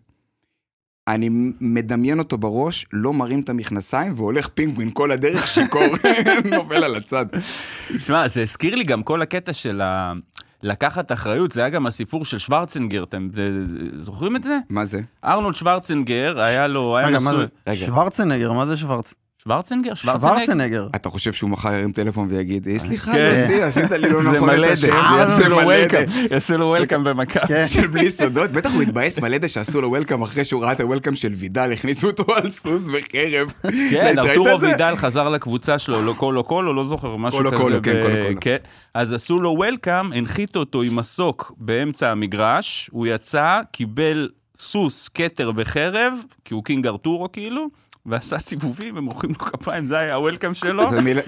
Speaker 1: אני מדמיין אותו בראש, לא מרים את המכנסיים, והולך פינגווין כל הדרך שיקור, נופל על הצד.
Speaker 3: תשמע, זה הזכיר לי גם כל הקטע של ה... לקחת אחריות, זה היה גם הסיפור של שוורצנגר, אתם זוכרים את זה?
Speaker 1: מה זה?
Speaker 3: ארנולד שוורצנגר, היה לו...
Speaker 2: רגע, מה זה? שוורצנגר, מה זה שוורצ...
Speaker 3: שוורצנגר?
Speaker 2: שוורצנגר.
Speaker 1: אתה חושב שהוא מחר ירים טלפון ויגיד, סליחה, יוסי, עשית לי לא נכון את השם,
Speaker 3: יעשו לו וולקאם, יעשו לו וולקאם במקף.
Speaker 1: של בלי סודות, בטח הוא התבאס מלדה שעשו לו וולקאם אחרי שהוא ראה את הוולקאם של וידל, הכניסו אותו על סוס וחרב.
Speaker 3: כן, ארתורו וידל חזר לקבוצה שלו, לא קולו קולו, לא זוכר, משהו כזה.
Speaker 1: קולו קולו, כן, קולו קולו.
Speaker 3: אז עשו לו וולקאם, הנחיתו אותו עם מסוק באמצע המגרש, הוא יצא, קיבל סוס, קטר וחרב, כי הוא קינג ארתורו כאילו, ועשה סיבובים, הם מוחאים לו כפיים, זה היה הוולקאם שלו.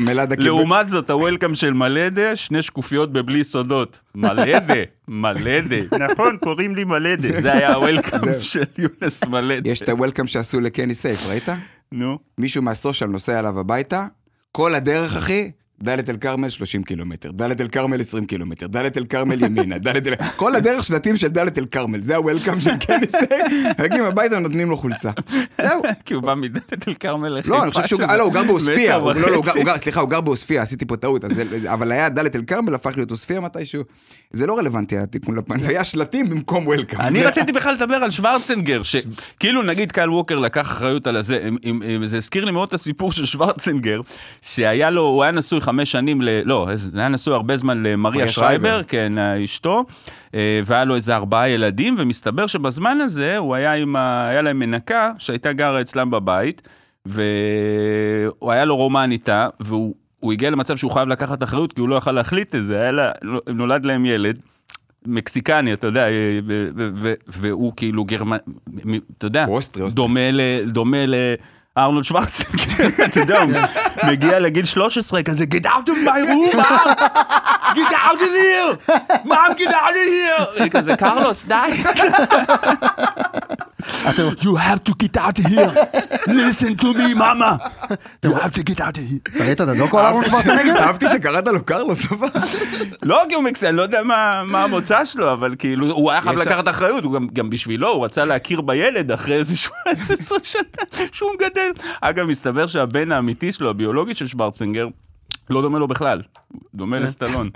Speaker 3: לעומת זאת, הוולקאם של מלדה, שני שקופיות בבלי סודות. מלדה, מלדה. נכון, קוראים לי מלדה. זה היה הוולקאם של יונס מלדה.
Speaker 1: יש את הוולקאם שעשו לקני סייף, ראית?
Speaker 3: נו.
Speaker 1: מישהו מהסושיאל נוסע אליו הביתה, כל הדרך, אחי, דלת אל קרמל שלושים קילומטר, דלת אל קרמל עשרים קילומטר, דלת אל קרמל ימינה, דלת אל... כל הדרך שלטים של דלת אל קרמל, זה הוולקאם של קניסי, הגיעים הביתה ונותנים לו חולצה. זהו.
Speaker 3: כי הוא בא מדלת אל קרמל לחיפה.
Speaker 1: לא, אני חושב שהוא... לא, הוא גר באוספיה. סליחה, הוא גר באוספיה, עשיתי פה טעות, אבל היה דלת אל קרמל, הפך להיות אוספיה מתישהו. זה לא רלוונטי, התיקון לפן, זה היה שלטים במקום וולקאם.
Speaker 3: אני רציתי בכלל לדבר על שוורצנגר, שכאילו נגיד קייל ווקר לקח אחריות על הזה, זה הזכיר לי מאוד את הסיפור של שוורצנגר, שהיה לו, הוא היה נשוי חמש שנים, לא, היה נשוי הרבה זמן למריה שרייבר, כן, אשתו, והיה לו איזה ארבעה ילדים, ומסתבר שבזמן הזה הוא היה עם, היה להם מנקה, שהייתה גרה אצלם בבית, והוא היה לו רומן איתה, והוא הוא הגיע למצב שהוא חייב לקחת אחריות, כי הוא לא יכל להחליט את זה, היה נולד להם ילד, מקסיקני, אתה יודע, והוא כאילו גרמני, אתה יודע, דומה ל... ארנולד שוורצנגר, אתה יודע, הוא מגיע לגיל שלוש עשרה, כזה, get out of my room, get out of here, mom, get out of here, כזה, קרלוס, די. You have to get out of here, listen to me, mama, you have to get out of here.
Speaker 2: אתה ראית את הדוקו על ארנולד שוורצנגר?
Speaker 1: אהבתי שקראת לו קרלוס, אבל...
Speaker 3: לא, כי הוא מקסם, אני לא יודע מה המוצא שלו, אבל כאילו, הוא היה חייב לקחת אחריות, הוא גם בשבילו, הוא רצה להכיר בילד אחרי איזה שבע עשרה שנה שהוא מגדל. אגב, מסתבר שהבן האמיתי שלו, הביולוגי של שוורצנגר, לא דומה לו בכלל, דומה לסטלון.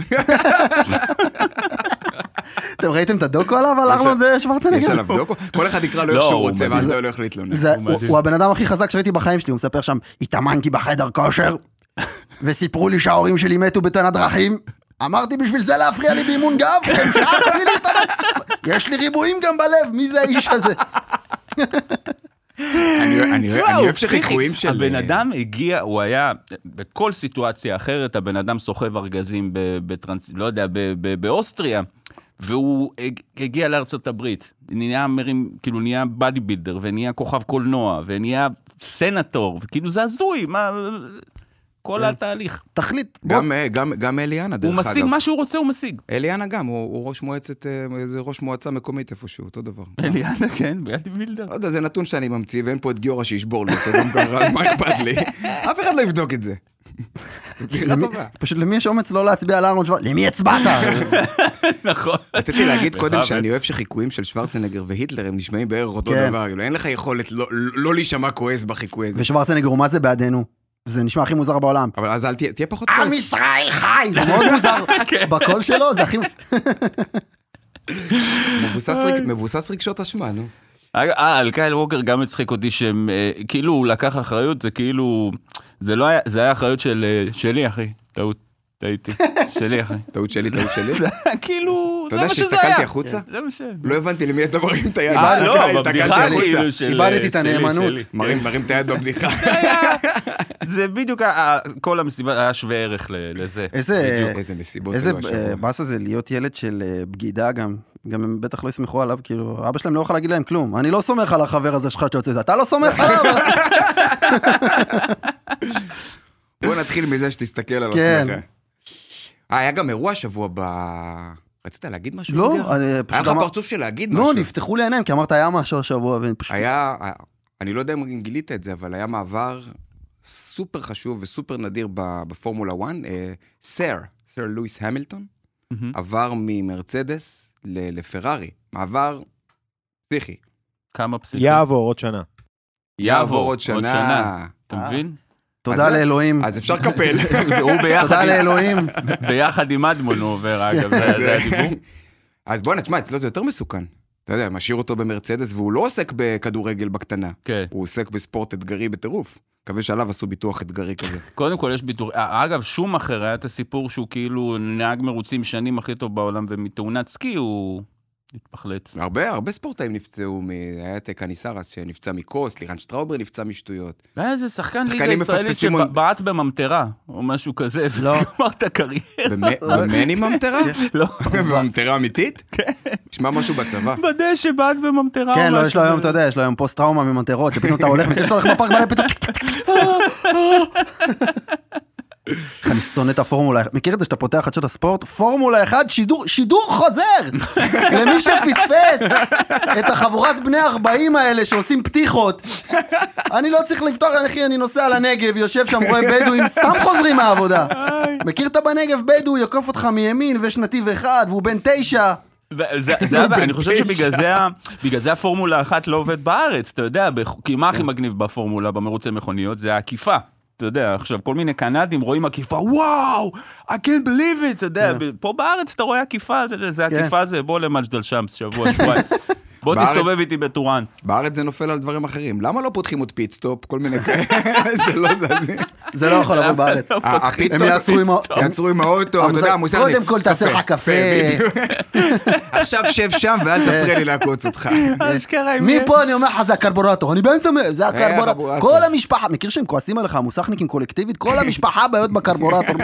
Speaker 2: אתם ראיתם את הדוקו עליו על ארנולד שוורצנגר?
Speaker 1: יש עליו דוקו? כל אחד יקרא לו איך שהוא רוצה, ואז לא הולך להתלונן.
Speaker 2: הוא הבן אדם הכי חזק שראיתי בחיים שלי, הוא מספר שם, התאמנתי בחדר כושר, וסיפרו לי שההורים שלי מתו בתאונת דרכים, אמרתי בשביל זה להפריע לי באימון גב, יש לי ריבועים גם בלב, מי זה האיש הזה?
Speaker 1: אני אוהב שחיקויים של...
Speaker 3: הבן אדם הגיע, הוא היה, בכל סיטואציה אחרת, הבן אדם סוחב ארגזים, לא יודע, באוסטריה, והוא הגיע לארצות הברית, נהיה מרים, כאילו נהיה בדי בילדר, ונהיה כוכב קולנוע, ונהיה סנטור, וכאילו זה הזוי, מה... כל התהליך.
Speaker 2: תחליט.
Speaker 1: גם אליאנה, דרך
Speaker 3: אגב. הוא משיג מה שהוא רוצה, הוא משיג.
Speaker 1: אליאנה גם, הוא ראש מועצת, זה ראש מועצה מקומית איפשהו, אותו דבר.
Speaker 3: אליאנה, כן, בידי בילדר.
Speaker 1: לא יודע, זה נתון שאני ממציא, ואין פה את גיורא שישבור לי, אותו גם ככה, אז מה אכפת לי? אף אחד לא יבדוק את זה.
Speaker 2: פשוט למי יש אומץ לא להצביע על ארנולד שוורצנגר? למי הצבעת?
Speaker 3: נכון.
Speaker 1: רציתי להגיד קודם שאני אוהב שחיקויים של שוורצנגר והיטלר, הם נשמעים בערך אותו דבר, אין לך יכולת לא להישמע כועס בחיקוי הזה.
Speaker 2: ושוורצנגר, מה זה בעדנו? זה נשמע הכי מוזר בעולם.
Speaker 1: אבל אז אל תהיה פחות כועס.
Speaker 2: עם ישראל חי! זה מאוד מוזר. בקול שלו זה הכי...
Speaker 1: מבוסס רגשות אשמה, נו.
Speaker 3: אה, על קייל ווקר גם הצחיק אותי שהם, כאילו הוא לקח אחריות, זה כאילו, זה לא היה, זה היה אחריות שלי, אחי, טעות, טעיתי, שלי, אחי.
Speaker 1: טעות שלי, טעות שלי.
Speaker 3: זה כאילו,
Speaker 1: זה מה שזה היה. אתה יודע שהסתכלתי החוצה?
Speaker 3: זה מה ש...
Speaker 1: לא הבנתי למי אתה מרים את היד.
Speaker 3: אה, לא, בבדיחה כאילו של...
Speaker 2: איבדתי את הנאמנות.
Speaker 1: מרים את היד בבדיחה.
Speaker 3: זה בדיוק, כל המסיבה היה שווה ערך לזה.
Speaker 1: איזה מסיבות.
Speaker 2: איזה באסה זה להיות ילד של בגידה גם. גם הם בטח לא יסמכו עליו, כאילו, אבא שלהם לא יכול להגיד להם כלום. אני לא סומך על החבר הזה שלך שיוצא, אתה לא סומך עליו.
Speaker 1: בוא נתחיל מזה שתסתכל על עצמך. אה, היה גם אירוע שבוע ב... רצית להגיד משהו?
Speaker 2: לא,
Speaker 1: היה לך פרצוף של להגיד משהו.
Speaker 2: לא, נפתחו לי עיניים, כי אמרת, היה משהו השבוע,
Speaker 1: היה, אני לא יודע אם גילית את זה, אבל היה מעבר סופר חשוב וסופר נדיר בפורמולה אחת, סר, סר לואיס המילטון, עבר ממרצדס לפרארי, מעבר פסיכי.
Speaker 3: כמה פסיכי?
Speaker 4: יעבור עוד שנה.
Speaker 1: יעבור עוד שנה.
Speaker 3: אתה מבין?
Speaker 2: תודה לאלוהים.
Speaker 1: אז אפשר לקפל.
Speaker 2: תודה לאלוהים.
Speaker 3: ביחד עם אדמון הוא עובר, אגב, זה הדיבור.
Speaker 1: אז בוא נשמע, אצלו זה יותר מסוכן. אתה יודע, משאיר אותו במרצדס, והוא לא עוסק בכדורגל בקטנה. הוא עוסק בספורט אתגרי בטירוף. מקווה שעליו עשו ביטוח אתגרי כזה.
Speaker 3: קודם כל יש ביטוח, אגב, שום אחר, היה את הסיפור שהוא כאילו נהג מרוצים שנים הכי טוב בעולם, ומתאונת סקי הוא התפחלץ.
Speaker 1: הרבה, הרבה ספורטאים נפצעו, היה את קניסרס שנפצע מקוס, לירן שטראובר נפצע משטויות.
Speaker 3: היה איזה שחקן ליגה ישראלית שבעט בממטרה, או משהו כזה, וגמר את הקריירה.
Speaker 1: במני ממטרה?
Speaker 3: לא.
Speaker 1: בממטרה אמיתית?
Speaker 3: כן.
Speaker 1: נשמע משהו בצבא.
Speaker 3: בדשא בעט בממטרה.
Speaker 2: כן, לא, יש לו היום, אתה יודע, יש לו היום פוסט טראומה מממטרות, שפתאום אתה הולך, יש לו הולך בפארק מלא פתאום... אני שונא את הפורמולה, מכיר את זה שאתה פותח חדשות הספורט? פורמולה אחד, שידור, שידור חוזר! למי שפספס את החבורת בני ארבעים האלה שעושים פתיחות. אני לא צריך לפתוח, אחי, אני נוסע לנגב, יושב שם, רואה בדואים, סתם חוזרים מהעבודה. מכיר את בנגב בדואי, יקוף אותך מימין ויש נתיב אחד, והוא בן תשע.
Speaker 3: אני חושב שבגלל זה הפורמולה אחת לא עובד בארץ, אתה יודע, כי מה הכי מגניב בפורמולה, במרוצי מכוניות, זה העקיפה. אתה יודע, עכשיו, כל מיני קנדים רואים עקיפה, וואו, I can't believe it, אתה יודע, פה בארץ אתה רואה עקיפה, זה עקיפה זה, בוא למג'דל שמס, שבוע, שבועיים. בוא תסתובב איתי בטורן.
Speaker 1: בארץ זה נופל על דברים אחרים. למה לא פותחים עוד פיטסטופ? כל מיני כאלה שלא זזים.
Speaker 2: זה לא יכול לעבוד בארץ. הם
Speaker 1: יעצרו עם האוטו.
Speaker 2: קודם כל תעשה לך קפה.
Speaker 1: עכשיו שב שם ואל תפריע לי לעקוץ אותך.
Speaker 2: מפה אני אומר לך, זה הקרבורטור. אני באמצע, זה הקרבורטור. כל המשפחה, מכיר שהם כועסים עליך, המוסכניקים קולקטיבית, כל המשפחה בעיות בקרבורטור.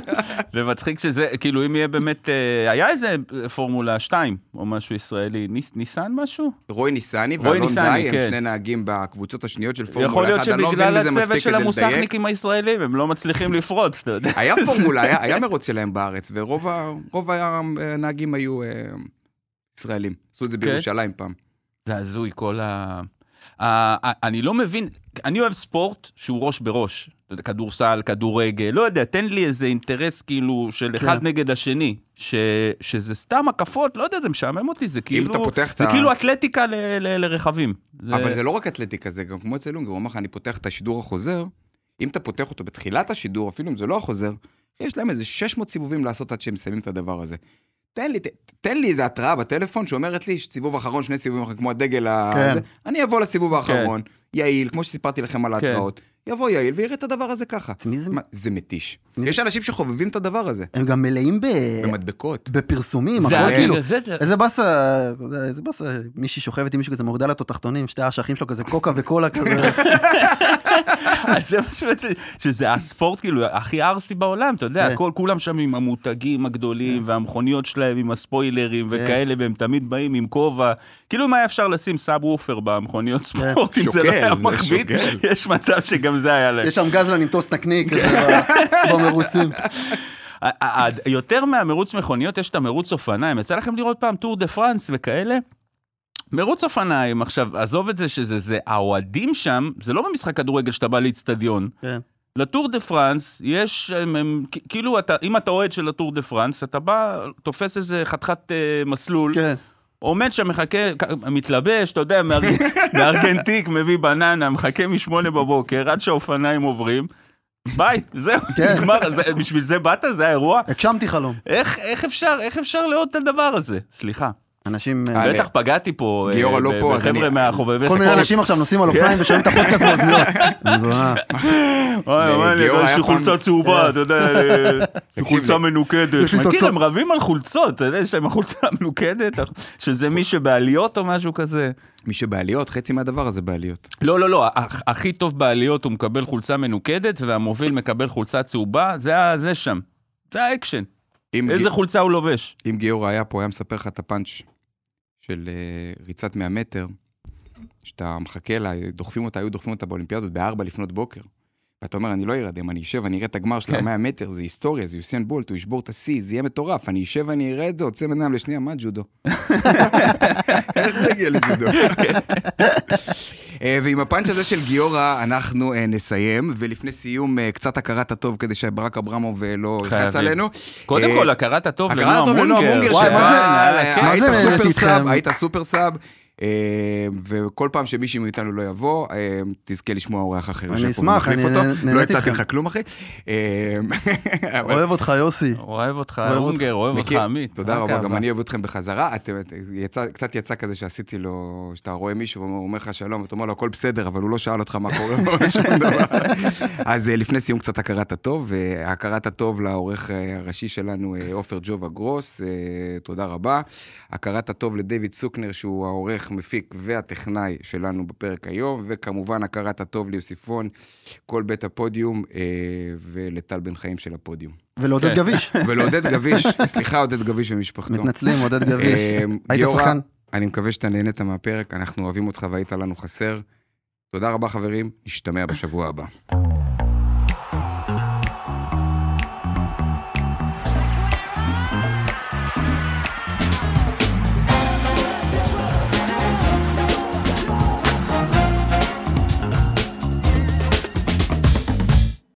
Speaker 3: ומצחיק שזה, כאילו אם יהיה באמת, היה איזה פורמולה שתיים, או משהו ישראלי, ניסן משהו?
Speaker 1: רוי ניסני ואלון דאי, הם שני נהגים בקבוצות השניות של פורמולה.
Speaker 3: יכול להיות שבגלל הצוות של המוסכניקים הישראלים, הם לא מצליחים לפרוץ, אתה יודע.
Speaker 1: היה פורמולה, היה מרוץ שלהם בארץ, ורוב הנהגים היו ישראלים. עשו את זה בירושלים פעם.
Speaker 3: זה הזוי, כל ה... אני לא מבין, אני אוהב ספורט שהוא ראש בראש. כדורסל, כדורגל, לא יודע, תן לי איזה אינטרס כאילו של אחד נגד השני, שזה סתם הקפות, לא יודע, זה משעמם אותי, זה כאילו אתלטיקה לרכבים.
Speaker 1: אבל זה לא רק אתלטיקה, זה גם כמו אצל לונגר, הוא אומר לך, אני פותח את השידור החוזר, אם אתה פותח אותו בתחילת השידור, אפילו אם זה לא החוזר, יש להם איזה שש מאות סיבובים לעשות עד שהם מסיימים את הדבר הזה. תן לי, תן לי איזה התראה בטלפון שאומרת לי סיבוב האחרון, שני סיבובים אחרים, כמו הדגל הזה, אני אבוא לסיבוב האחרון, יעיל, כמו שסיפרתי לכם על ההתראות, יבוא יעיל ויראה את הדבר הזה ככה. זה מתיש. יש אנשים שחובבים את הדבר הזה.
Speaker 2: הם גם מלאים
Speaker 1: במדבקות.
Speaker 2: בפרסומים, הכל כאילו. איזה בסה, איזה בסה, מישהי שוכבת עם מישהו כזה, מורדה לתו תחתונים, שתי האשכים שלו כזה, קוקה וקולה כזה.
Speaker 3: אז זה משהו שזה הספורט כאילו הכי ארסי בעולם, אתה יודע, כולם שם עם המותגים הגדולים, והמכוניות שלהם עם הספוילרים וכאלה, והם תמיד באים עם כובע. כאילו אם היה אפשר לשים סאב וופר במכוניות ספורט, אם זה לא היה מחביט, יש מצב שגם זה היה להם.
Speaker 2: יש שם גזלן עם טוס נקניק במרוצים.
Speaker 3: יותר מהמרוץ מכוניות, יש את המרוץ אופניים. יצא לכם לראות פעם טור דה פרנס וכאלה? מרוץ אופניים, עכשיו, עזוב את זה שזה, זה, האוהדים שם, זה לא במשחק כדורגל שאתה בא לאצטדיון. כן. לטור דה פרנס, יש, הם, הם, כאילו, אתה, אם אתה אוהד של הטור דה פרנס, אתה בא, תופס איזה חתיכת אה, מסלול, כן. עומד שם, מחכה, מתלבש, אתה יודע, מארגנטיק, מביא בננה, מחכה משמונה בבוקר, עד שהאופניים עוברים, ביי, זהו, נגמר, בשביל זה באת, זה האירוע.
Speaker 2: הגשמתי חלום.
Speaker 3: איך, איך אפשר, איך אפשר לראות את הדבר הזה? סליחה.
Speaker 2: אנשים...
Speaker 3: בטח פגעתי פה,
Speaker 1: גיורא לא פה,
Speaker 3: בחבר'ה מהחובבי
Speaker 2: כל מיני אנשים עכשיו נוסעים על אופניים ושומעים את הפודקאסט באוזניות.
Speaker 3: וואי, יש לי חולצה צהובה, אתה יודע, חולצה מנוקדת. מכיר, הם רבים על חולצות, אתה יודע, יש להם חולצה מנוקדת, שזה מי שבעליות או משהו כזה.
Speaker 1: מי שבעליות, חצי מהדבר הזה בעליות.
Speaker 3: לא, לא, לא, הכי טוב בעליות הוא מקבל חולצה מנוקדת, והמוביל מקבל חולצה צהובה, זה שם. זה האקשן. איזה חולצה הוא לובש?
Speaker 1: אם גיורא היה פה, היה מספר לך את הפאנץ' של ריצת מאה מטר, שאתה מחכה לה, דוחפים אותה, היו דוחפים אותה באולימפיאדות בארבע לפנות בוקר. ואתה אומר, אני לא ירדם, אני אשב, אני אראה את הגמר של מאה מטר, זה היסטוריה, זה יוסיין בולט, הוא ישבור את השיא, זה יהיה מטורף, אני אשב ואני אראה את זה, עוצם עיניים לשנייה, מה ג'ודו? איך זה הגיע לג'ודו? ועם הפאנץ' הזה של גיורא, אנחנו נסיים, ולפני סיום, קצת הכרת הטוב, כדי שברק אברמוב לא יכעס עלינו.
Speaker 3: קודם כל, הכרת הטוב
Speaker 1: לנועם מונגר.
Speaker 2: וואי, מה זה נהנית איתכם?
Speaker 1: היית סופר סאב, וכל פעם שמישהו מאיתנו לא יבוא, תזכה לשמוע אורח אחר.
Speaker 2: אני אשמח, אני נהנית איתכם.
Speaker 1: לא הצעתי לך כלום, אחי.
Speaker 2: אוהב אותך, יוסי.
Speaker 3: אוהב אותך, מונגר, אוהב אותך, עמית.
Speaker 1: תודה רבה, גם אני אוהב אתכם בחזרה. קצת יצא כזה שעשיתי לו, שאתה רואה מישהו ואומר, הוא אומר לך שלום, ואתה אומר לו, הכל בסדר, אבל הוא לא שאל אותך מה קורה. אז לפני סיום קצת הכרת הטוב, הכרת הטוב לעורך הראשי שלנו, עופר ג'ובה גרוס, תודה רבה. הכרת הטוב לדיוויד סוקנר, שהוא העורך, מפיק והטכנאי שלנו בפרק היום, וכמובן הכרת הטוב ליוסיפון, כל בית הפודיום, ולטל בן חיים של הפודיום.
Speaker 2: ולעודד גביש.
Speaker 1: ולעודד גביש, סליחה, עודד גביש ומשפחתו.
Speaker 2: מתנצלים, עודד גביש. היית שחקן.
Speaker 1: אני מקווה שאתה נהנית מהפרק, אנחנו אוהבים אותך והיית לנו חסר. תודה רבה חברים, נשתמע בשבוע הבא.